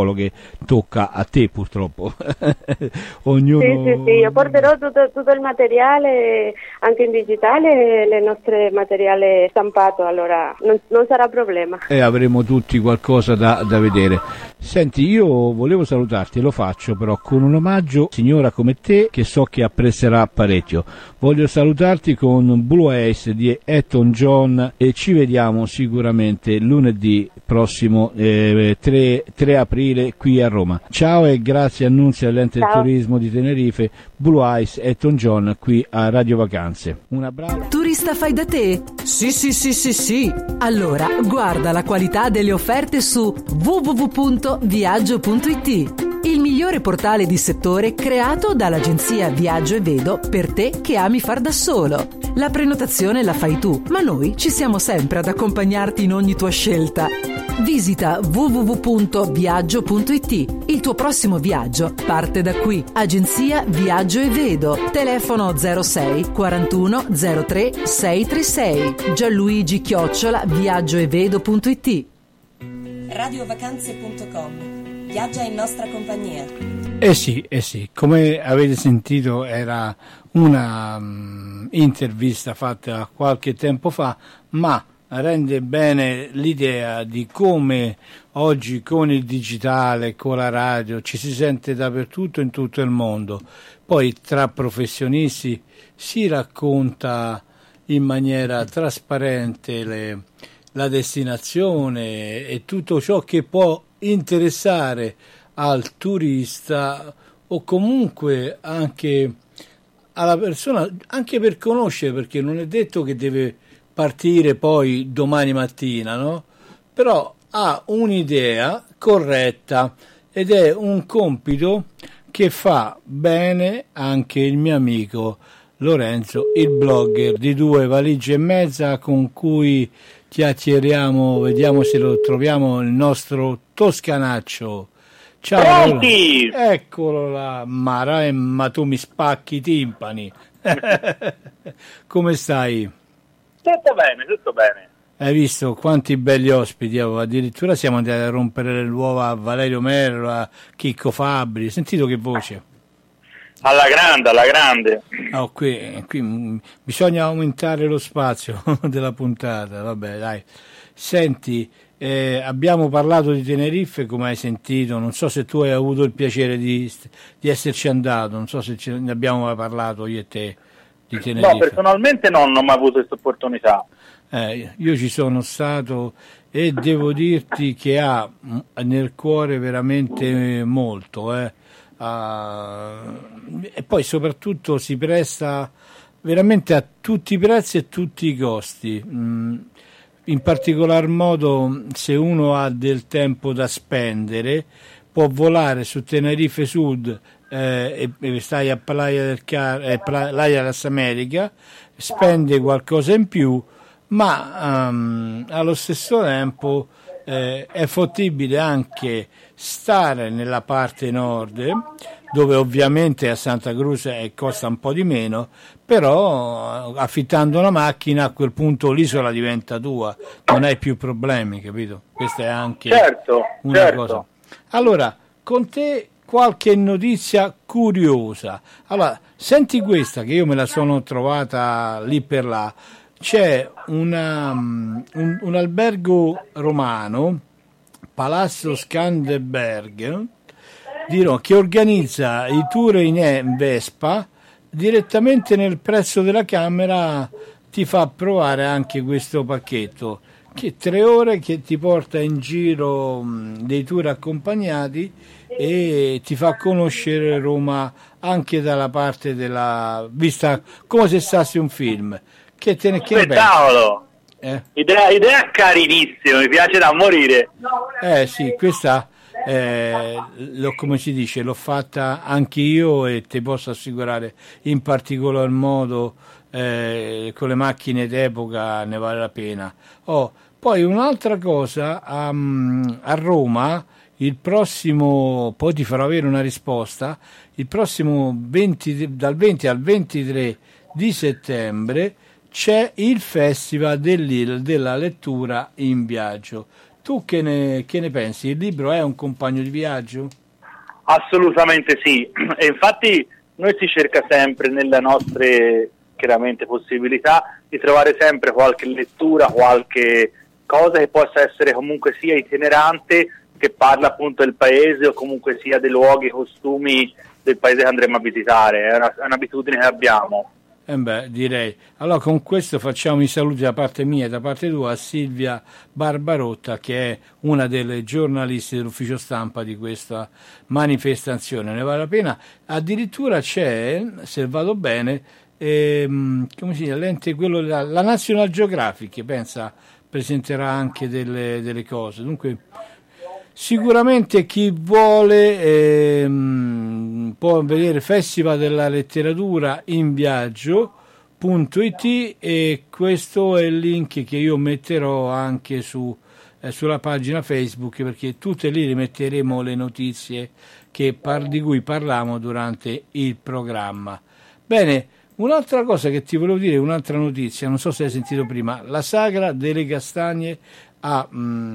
[SPEAKER 4] solo che tocca a te purtroppo. Ognuno...
[SPEAKER 14] Sì, io porterò tutto il materiale anche in digitale, il nostro materiale stampato, allora non sarà problema.
[SPEAKER 4] E avremo tutti qualcosa da vedere. Senti, io volevo salutarti, lo faccio però con un omaggio, signora come te, che so che apprezzerà parecchio. Voglio salutarti con Blue Eyes di Elton John e ci vediamo sicuramente lunedì prossimo 3 aprile qui a Roma. Ciao e grazie Annunzia all'ente del turismo di Tenerife, Blue Eyes, Elton John qui a Radio Vacanze. Un abbraccio.
[SPEAKER 10] Turista fai da te? Sì. Allora guarda la qualità delle offerte su www.viaggio.it, il migliore portale di settore creato dall'agenzia Viaggio e Vedo per te che ami far da solo. La prenotazione la fai tu, ma noi ci siamo sempre ad accompagnarti in ogni tua scelta. Visita www.viaggio.it. Il tuo prossimo viaggio parte da qui. Agenzia Viaggio e Vedo. Telefono 06 41 03 636. Gianluigi@viaggioevedo.it.
[SPEAKER 8] Radiovacanze.com. Viaggia in nostra compagnia.
[SPEAKER 4] Eh sì, come avete sentito era una intervista fatta qualche tempo fa, ma rende bene l'idea di come oggi con il digitale, con la radio, ci si sente dappertutto in tutto il mondo. Poi tra professionisti si racconta in maniera trasparente la destinazione e tutto ciò che può interessare al turista o comunque anche alla persona, anche per conoscere, perché non è detto che deve partire poi domani mattina, no? Però ha un'idea corretta ed è un compito che fa bene anche il mio amico Lorenzo, il blogger di 2 valigie e mezza, con cui chiacchieriamo, vediamo se lo troviamo, il nostro toscanaccio. Ciao.
[SPEAKER 15] Pronti?
[SPEAKER 4] Eccolo là, ma tu mi spacchi i timpani. Come stai?
[SPEAKER 15] Tutto bene.
[SPEAKER 4] Hai visto quanti belli ospiti? Addirittura siamo andati a rompere le uova a Valerio Merlo, a Chicco Fabbri. Sentito che voce?
[SPEAKER 15] Alla grande.
[SPEAKER 4] Oh, qui bisogna aumentare lo spazio della puntata. Vabbè, dai. Senti, abbiamo parlato di Tenerife, come hai sentito. Non so se tu hai avuto il piacere di esserci andato. Non so se ne abbiamo parlato io e te di Tenerife.
[SPEAKER 15] No, personalmente non ho mai avuto questa opportunità.
[SPEAKER 4] Io ci sono stato e devo dirti che ha nel cuore veramente molto, e poi soprattutto si presta veramente a tutti i prezzi e tutti i costi, in particolar modo se uno ha del tempo da spendere può volare su Tenerife Sud e stai a Playa las Americas, spende qualcosa in più, ma allo stesso tempo è fattibile anche stare nella parte nord, dove ovviamente a Santa Cruz costa un po' di meno, però affittando una macchina a quel punto l'isola diventa tua, non hai più problemi, capito? Questa è anche una cosa. Allora, con te qualche notizia curiosa. Allora, senti questa che io me la sono trovata lì per là. C'è un albergo romano, Palazzo Skanderberg, che organizza i tour in Vespa. Direttamente nel prezzo della camera ti fa provare anche questo pacchetto, che 3 ore che ti porta in giro dei tour accompagnati e ti fa conoscere Roma anche dalla parte della vista, come se stessi un film. Che
[SPEAKER 15] spettacolo! Idea carinissima, mi piace da morire.
[SPEAKER 4] Sì, questa come si dice, l'ho fatta anche io e ti posso assicurare, in particolar modo con le macchine d'epoca ne vale la pena. Poi un'altra cosa, a Roma il prossimo, poi ti farò avere una risposta, il prossimo dal 20 al 23 di settembre c'è il Festival della lettura in viaggio. Tu che ne pensi? Il libro è un compagno di viaggio?
[SPEAKER 15] Assolutamente sì, e infatti noi si cerca sempre nelle nostre chiaramente possibilità di trovare sempre qualche lettura, qualche cosa che possa essere comunque sia itinerante, che parla appunto del paese o comunque sia dei luoghi, costumi del paese che andremo a visitare. È un'abitudine che abbiamo.
[SPEAKER 4] Direi. Allora con questo facciamo i saluti da parte mia e da parte tua a Silvia Barbarotta, che è una delle giornaliste dell'ufficio stampa di questa manifestazione. Ne vale la pena. Addirittura c'è, se vado bene, come si chiama, l'ente, quello la National Geographic, pensa, presenterà anche delle cose. Dunque sicuramente chi vuole può vedere Festival della Letteratura in Viaggio.it, e questo è il link che io metterò anche sulla pagina Facebook, perché tutte lì rimetteremo le notizie di cui parliamo durante il programma. Bene, un'altra cosa che ti volevo dire, un'altra notizia, non so se hai sentito prima, la Sagra delle Castagne a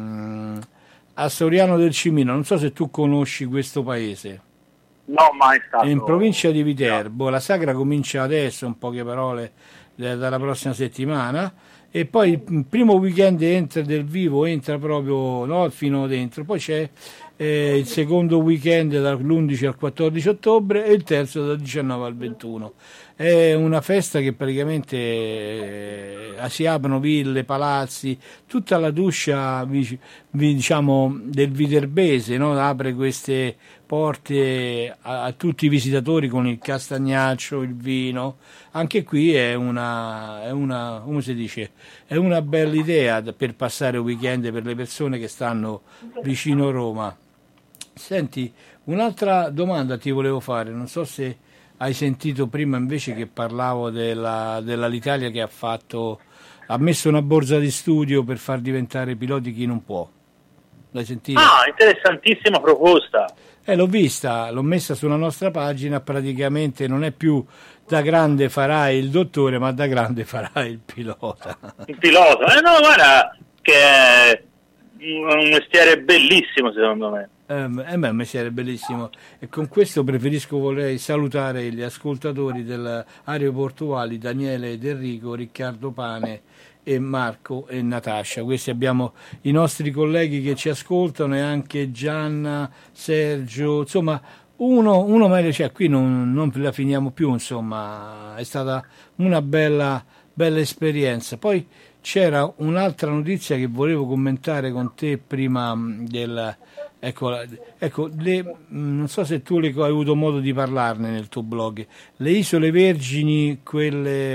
[SPEAKER 4] Soriano del Cimino. Non so se tu conosci questo paese.
[SPEAKER 15] No, mai stato.
[SPEAKER 4] È in provincia di Viterbo. La sagra comincia adesso, in poche parole, dalla prossima settimana, e poi il primo weekend del vivo entra proprio fino dentro, poi c'è il secondo weekend dall'11 al 14 ottobre e il terzo dal 19 al 21. È una festa che praticamente si aprono ville, palazzi, tutta la Duscia, diciamo, del viterbese, no? Apre queste porte a tutti i visitatori con il castagnaccio, il vino. Anche qui è una come si dice, è una bella idea per passare un weekend per le persone che stanno vicino a Roma. Senti, un'altra domanda ti volevo fare, non so se hai sentito prima invece che parlavo dell'Alitalia che ha messo una borsa di studio per far diventare piloti chi non può. L'hai sentito?
[SPEAKER 15] Ah, interessantissima proposta.
[SPEAKER 4] L'ho vista, l'ho messa sulla nostra pagina, praticamente non è più da grande farai il dottore, ma da grande farai il pilota.
[SPEAKER 15] Il pilota? No, guarda, che è un mestiere bellissimo secondo me.
[SPEAKER 4] Un mestiere bellissimo, e con questo vorrei salutare gli ascoltatori dell'aeroportuali Daniele ed Enrico, Riccardo Pane e Marco e Natascia. Questi abbiamo i nostri colleghi che ci ascoltano, e anche Gianna, Sergio, insomma uno meglio, cioè qui non la finiamo più, insomma è stata una bella esperienza. Poi c'era un'altra notizia che volevo commentare con te prima non so se tu hai avuto modo di parlarne nel tuo blog, le Isole Vergini, quelle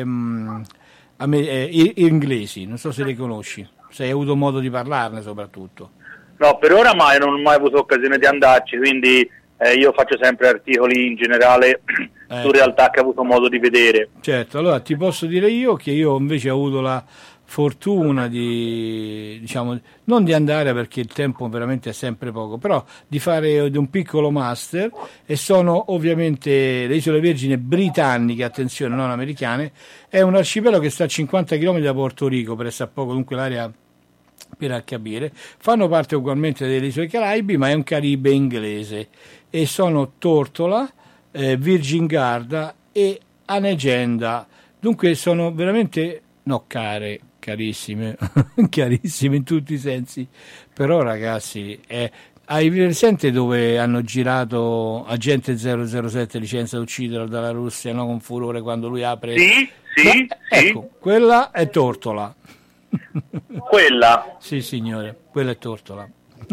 [SPEAKER 4] inglesi, non so se le conosci, se hai avuto modo di parlarne soprattutto.
[SPEAKER 15] No, per ora non ho mai avuto occasione di andarci, quindi io faccio sempre articoli in generale su realtà che ho avuto modo di vedere.
[SPEAKER 4] Certo, allora ti posso dire io che io invece ho avuto la fortuna non di andare, perché il tempo veramente è sempre poco, però di fare un piccolo master, e sono ovviamente le Isole Vergini britanniche, attenzione, non americane. È un arcipelago che sta a 50 km da Porto Rico, presso a poco, dunque l'area per capire. Fanno parte ugualmente delle Isole Caraibi, ma è un Caribe inglese, e sono Tortola, Virgin Garda e Anegenda. Dunque sono veramente carissime in tutti i sensi. Però ragazzi, hai presente dove hanno girato Agente 007 licenza d'uccidere dalla Russia, no? Con furore, quando lui apre.
[SPEAKER 15] Sì.
[SPEAKER 4] Ecco, quella è Tortola.
[SPEAKER 15] Quella?
[SPEAKER 4] Sì signore, quella è Tortola.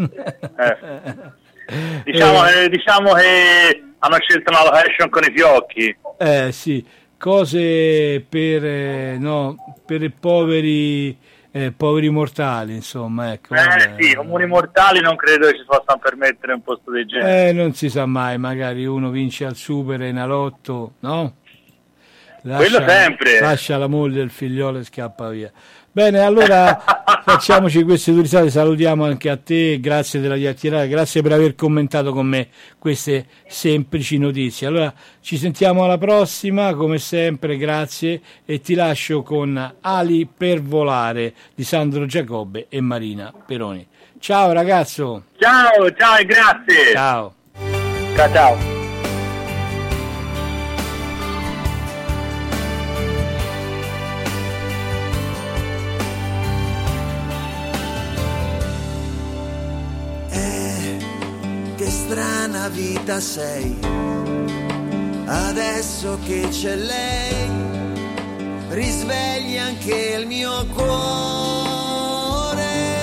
[SPEAKER 15] Diciamo che hanno scelto una location con i fiocchi.
[SPEAKER 4] Sì, cose per i poveri mortali, insomma, ecco.
[SPEAKER 15] Sì, comuni mortali non credo che ci possano permettere un posto del genere.
[SPEAKER 4] Non si sa mai, magari uno vince al Super e in alotto, no?
[SPEAKER 15] Quello sempre.
[SPEAKER 4] Lascia la moglie e il figliolo e scappa via. Bene, allora facciamoci queste due risate, salutiamo anche a te, grazie della chiacchierata, grazie per aver commentato con me queste semplici notizie. Allora ci sentiamo alla prossima, come sempre, grazie, e ti lascio con Ali per volare di Sandro Giacobbe e Marina Peroni. Ciao ragazzo.
[SPEAKER 15] Ciao e grazie.
[SPEAKER 4] Ciao.
[SPEAKER 15] Ciao.
[SPEAKER 16] Che strana vita sei, adesso che c'è lei, risvegli anche il mio cuore.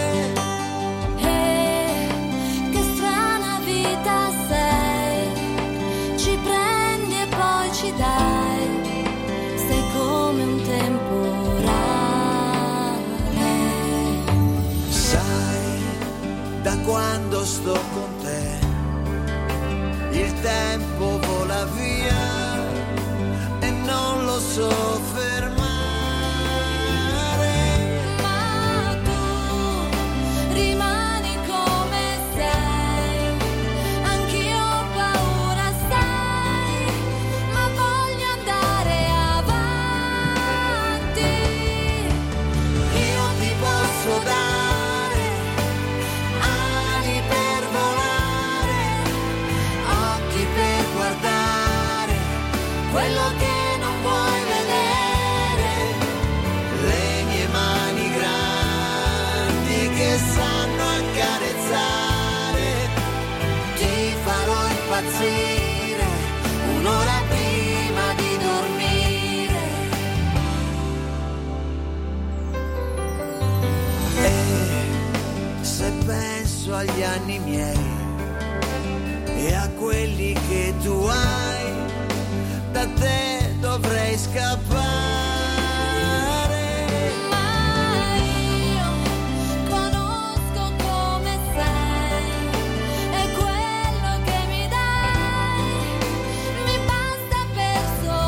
[SPEAKER 17] Che strana vita sei, ci prendi e poi ci dai, sei come un temporale.
[SPEAKER 16] Sai, da quando sto con te il tempo vola via e non lo so fermare.
[SPEAKER 17] Ma tu rimani come sei, anch'io ho paura, sai, ma voglio andare avanti.
[SPEAKER 16] Io ti posso dare ali per volare, occhi per guardare quello che non vuoi vedere, le mie mani grandi che sanno accarezzare, ti farò impazzire un'ora prima di dormire. E se penso agli anni miei e a quelli che tu hai, da te dovrei scappare.
[SPEAKER 17] Ma io conosco come sei e quello che mi dai mi basta per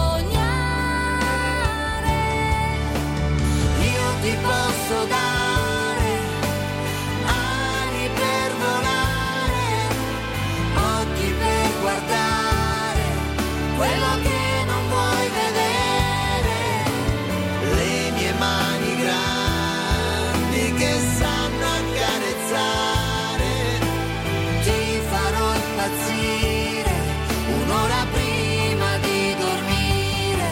[SPEAKER 17] sognare.
[SPEAKER 16] Io ti posso dare ali per volare, occhi per guardare quello che non vuoi vedere, le mie mani grandi che sanno accarezzare, ti farò impazzire un'ora prima di dormire.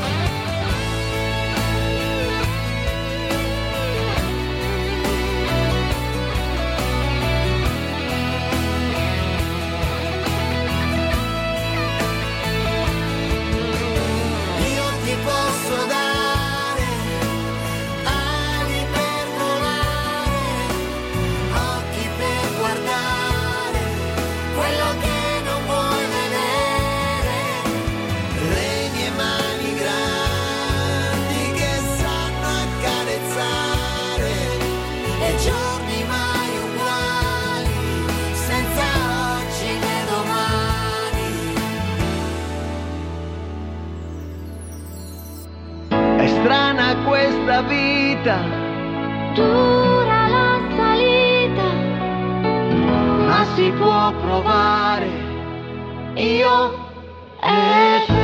[SPEAKER 16] Io ti posso dare ali per volare, occhi per guardare quello che non vuoi vedere, le mie mani grandi che sanno accarezzare, e giorni mai uguali, senza oggi né domani. È strana questa vita,
[SPEAKER 17] Dura la salita,
[SPEAKER 16] ma si può provare, io e te.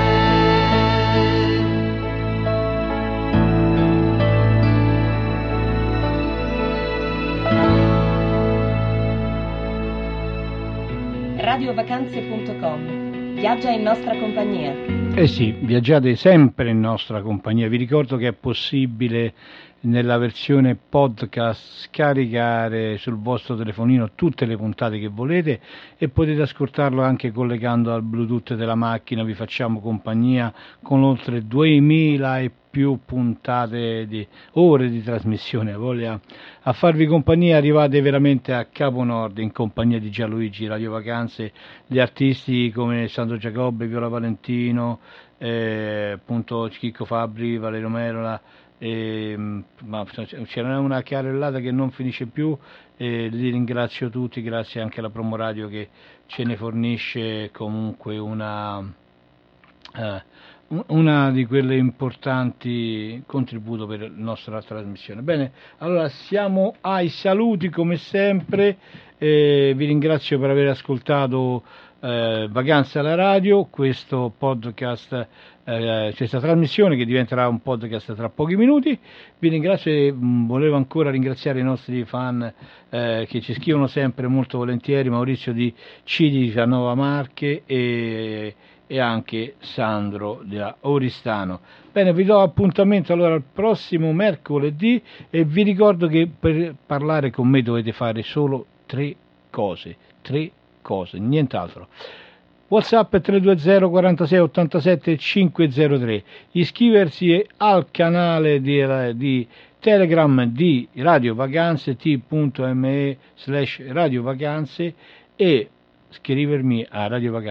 [SPEAKER 8] Radiovacanze.com. Viaggia in nostra compagnia.
[SPEAKER 4] Eh sì, viaggiate sempre in nostra compagnia. Vi ricordo che è possibile nella versione podcast scaricare sul vostro telefonino tutte le puntate che volete e potete ascoltarlo anche collegando al Bluetooth della macchina. Vi facciamo compagnia con oltre 2000 e più puntate di ore di trasmissione. Voglia a farvi compagnia, arrivate veramente a Capo Nord in compagnia di Gianluigi, Radio Vacanze, gli artisti come Sandro Giacobbe, Viola Valentino, appunto Chicco Fabbri, Valerio Merola, ma c'era una carrellata che non finisce più, li ringrazio tutti, grazie anche alla Promo Radio che ce ne fornisce comunque una una di quelle importanti contributo per la nostra trasmissione. Bene, allora siamo ai saluti come sempre, vi ringrazio per aver ascoltato Vacanze alla radio, questo podcast, questa trasmissione che diventerà un podcast tra pochi minuti. Vi ringrazio e volevo ancora ringraziare i nostri fan che ci scrivono sempre molto volentieri, Maurizio di Cidi Canova Marche e anche Sandro da Oristano. Bene, vi do appuntamento allora al prossimo mercoledì e vi ricordo che per parlare con me dovete fare solo tre cose, nient'altro. WhatsApp 320 46 87 503, iscriversi al canale di Telegram di Radio Vacanze, t.me/Radio Vacanze, e scrivermi a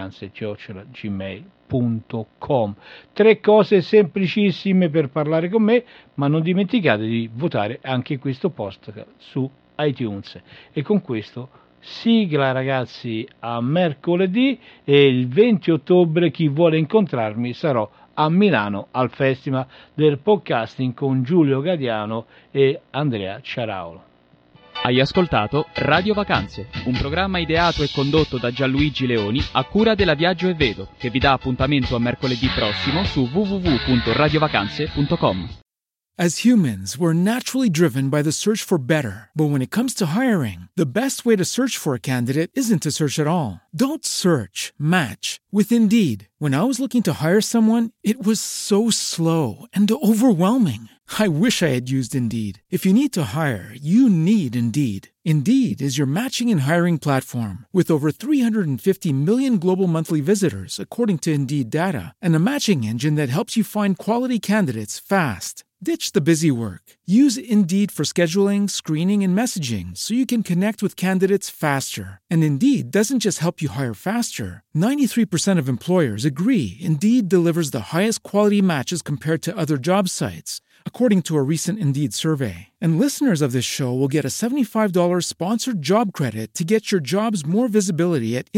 [SPEAKER 4] radiovacanze@gmail.com. Tre cose semplicissime per parlare con me, ma non dimenticate di votare anche questo post su iTunes. E con questo sigla, ragazzi, a mercoledì, e il 20 ottobre chi vuole incontrarmi sarò a Milano al Festival del Podcasting con Giulio Gadiano e Andrea Ciaraulo.
[SPEAKER 11] Hai ascoltato Radio Vacanze, un programma ideato e condotto da Gianluigi Leoni a cura della Viaggio e Vedo, che vi dà appuntamento a mercoledì prossimo su www.radiovacanze.com.
[SPEAKER 1] As humans, we're naturally driven by the search for better. But when it comes to hiring, the best way to search for a candidate isn't to search at all. Don't search, match with Indeed. When I was looking to hire someone, it was so slow and overwhelming. I wish I had used Indeed. If you need to hire, you need Indeed. Indeed is your matching and hiring platform with over 350 million global monthly visitors, according to Indeed data, and a matching engine that helps you find quality candidates fast. Ditch the busy work. Use Indeed for scheduling, screening, and messaging so you can connect with candidates faster. And Indeed doesn't just help you hire faster. 93% of employers agree Indeed delivers the highest quality matches compared to other job sites, according to a recent Indeed survey. And listeners of this show will get a $75 sponsored job credit to get your jobs more visibility at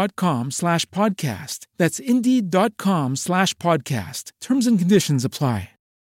[SPEAKER 1] Indeed.com/podcast. That's Indeed.com/podcast. Terms and conditions apply.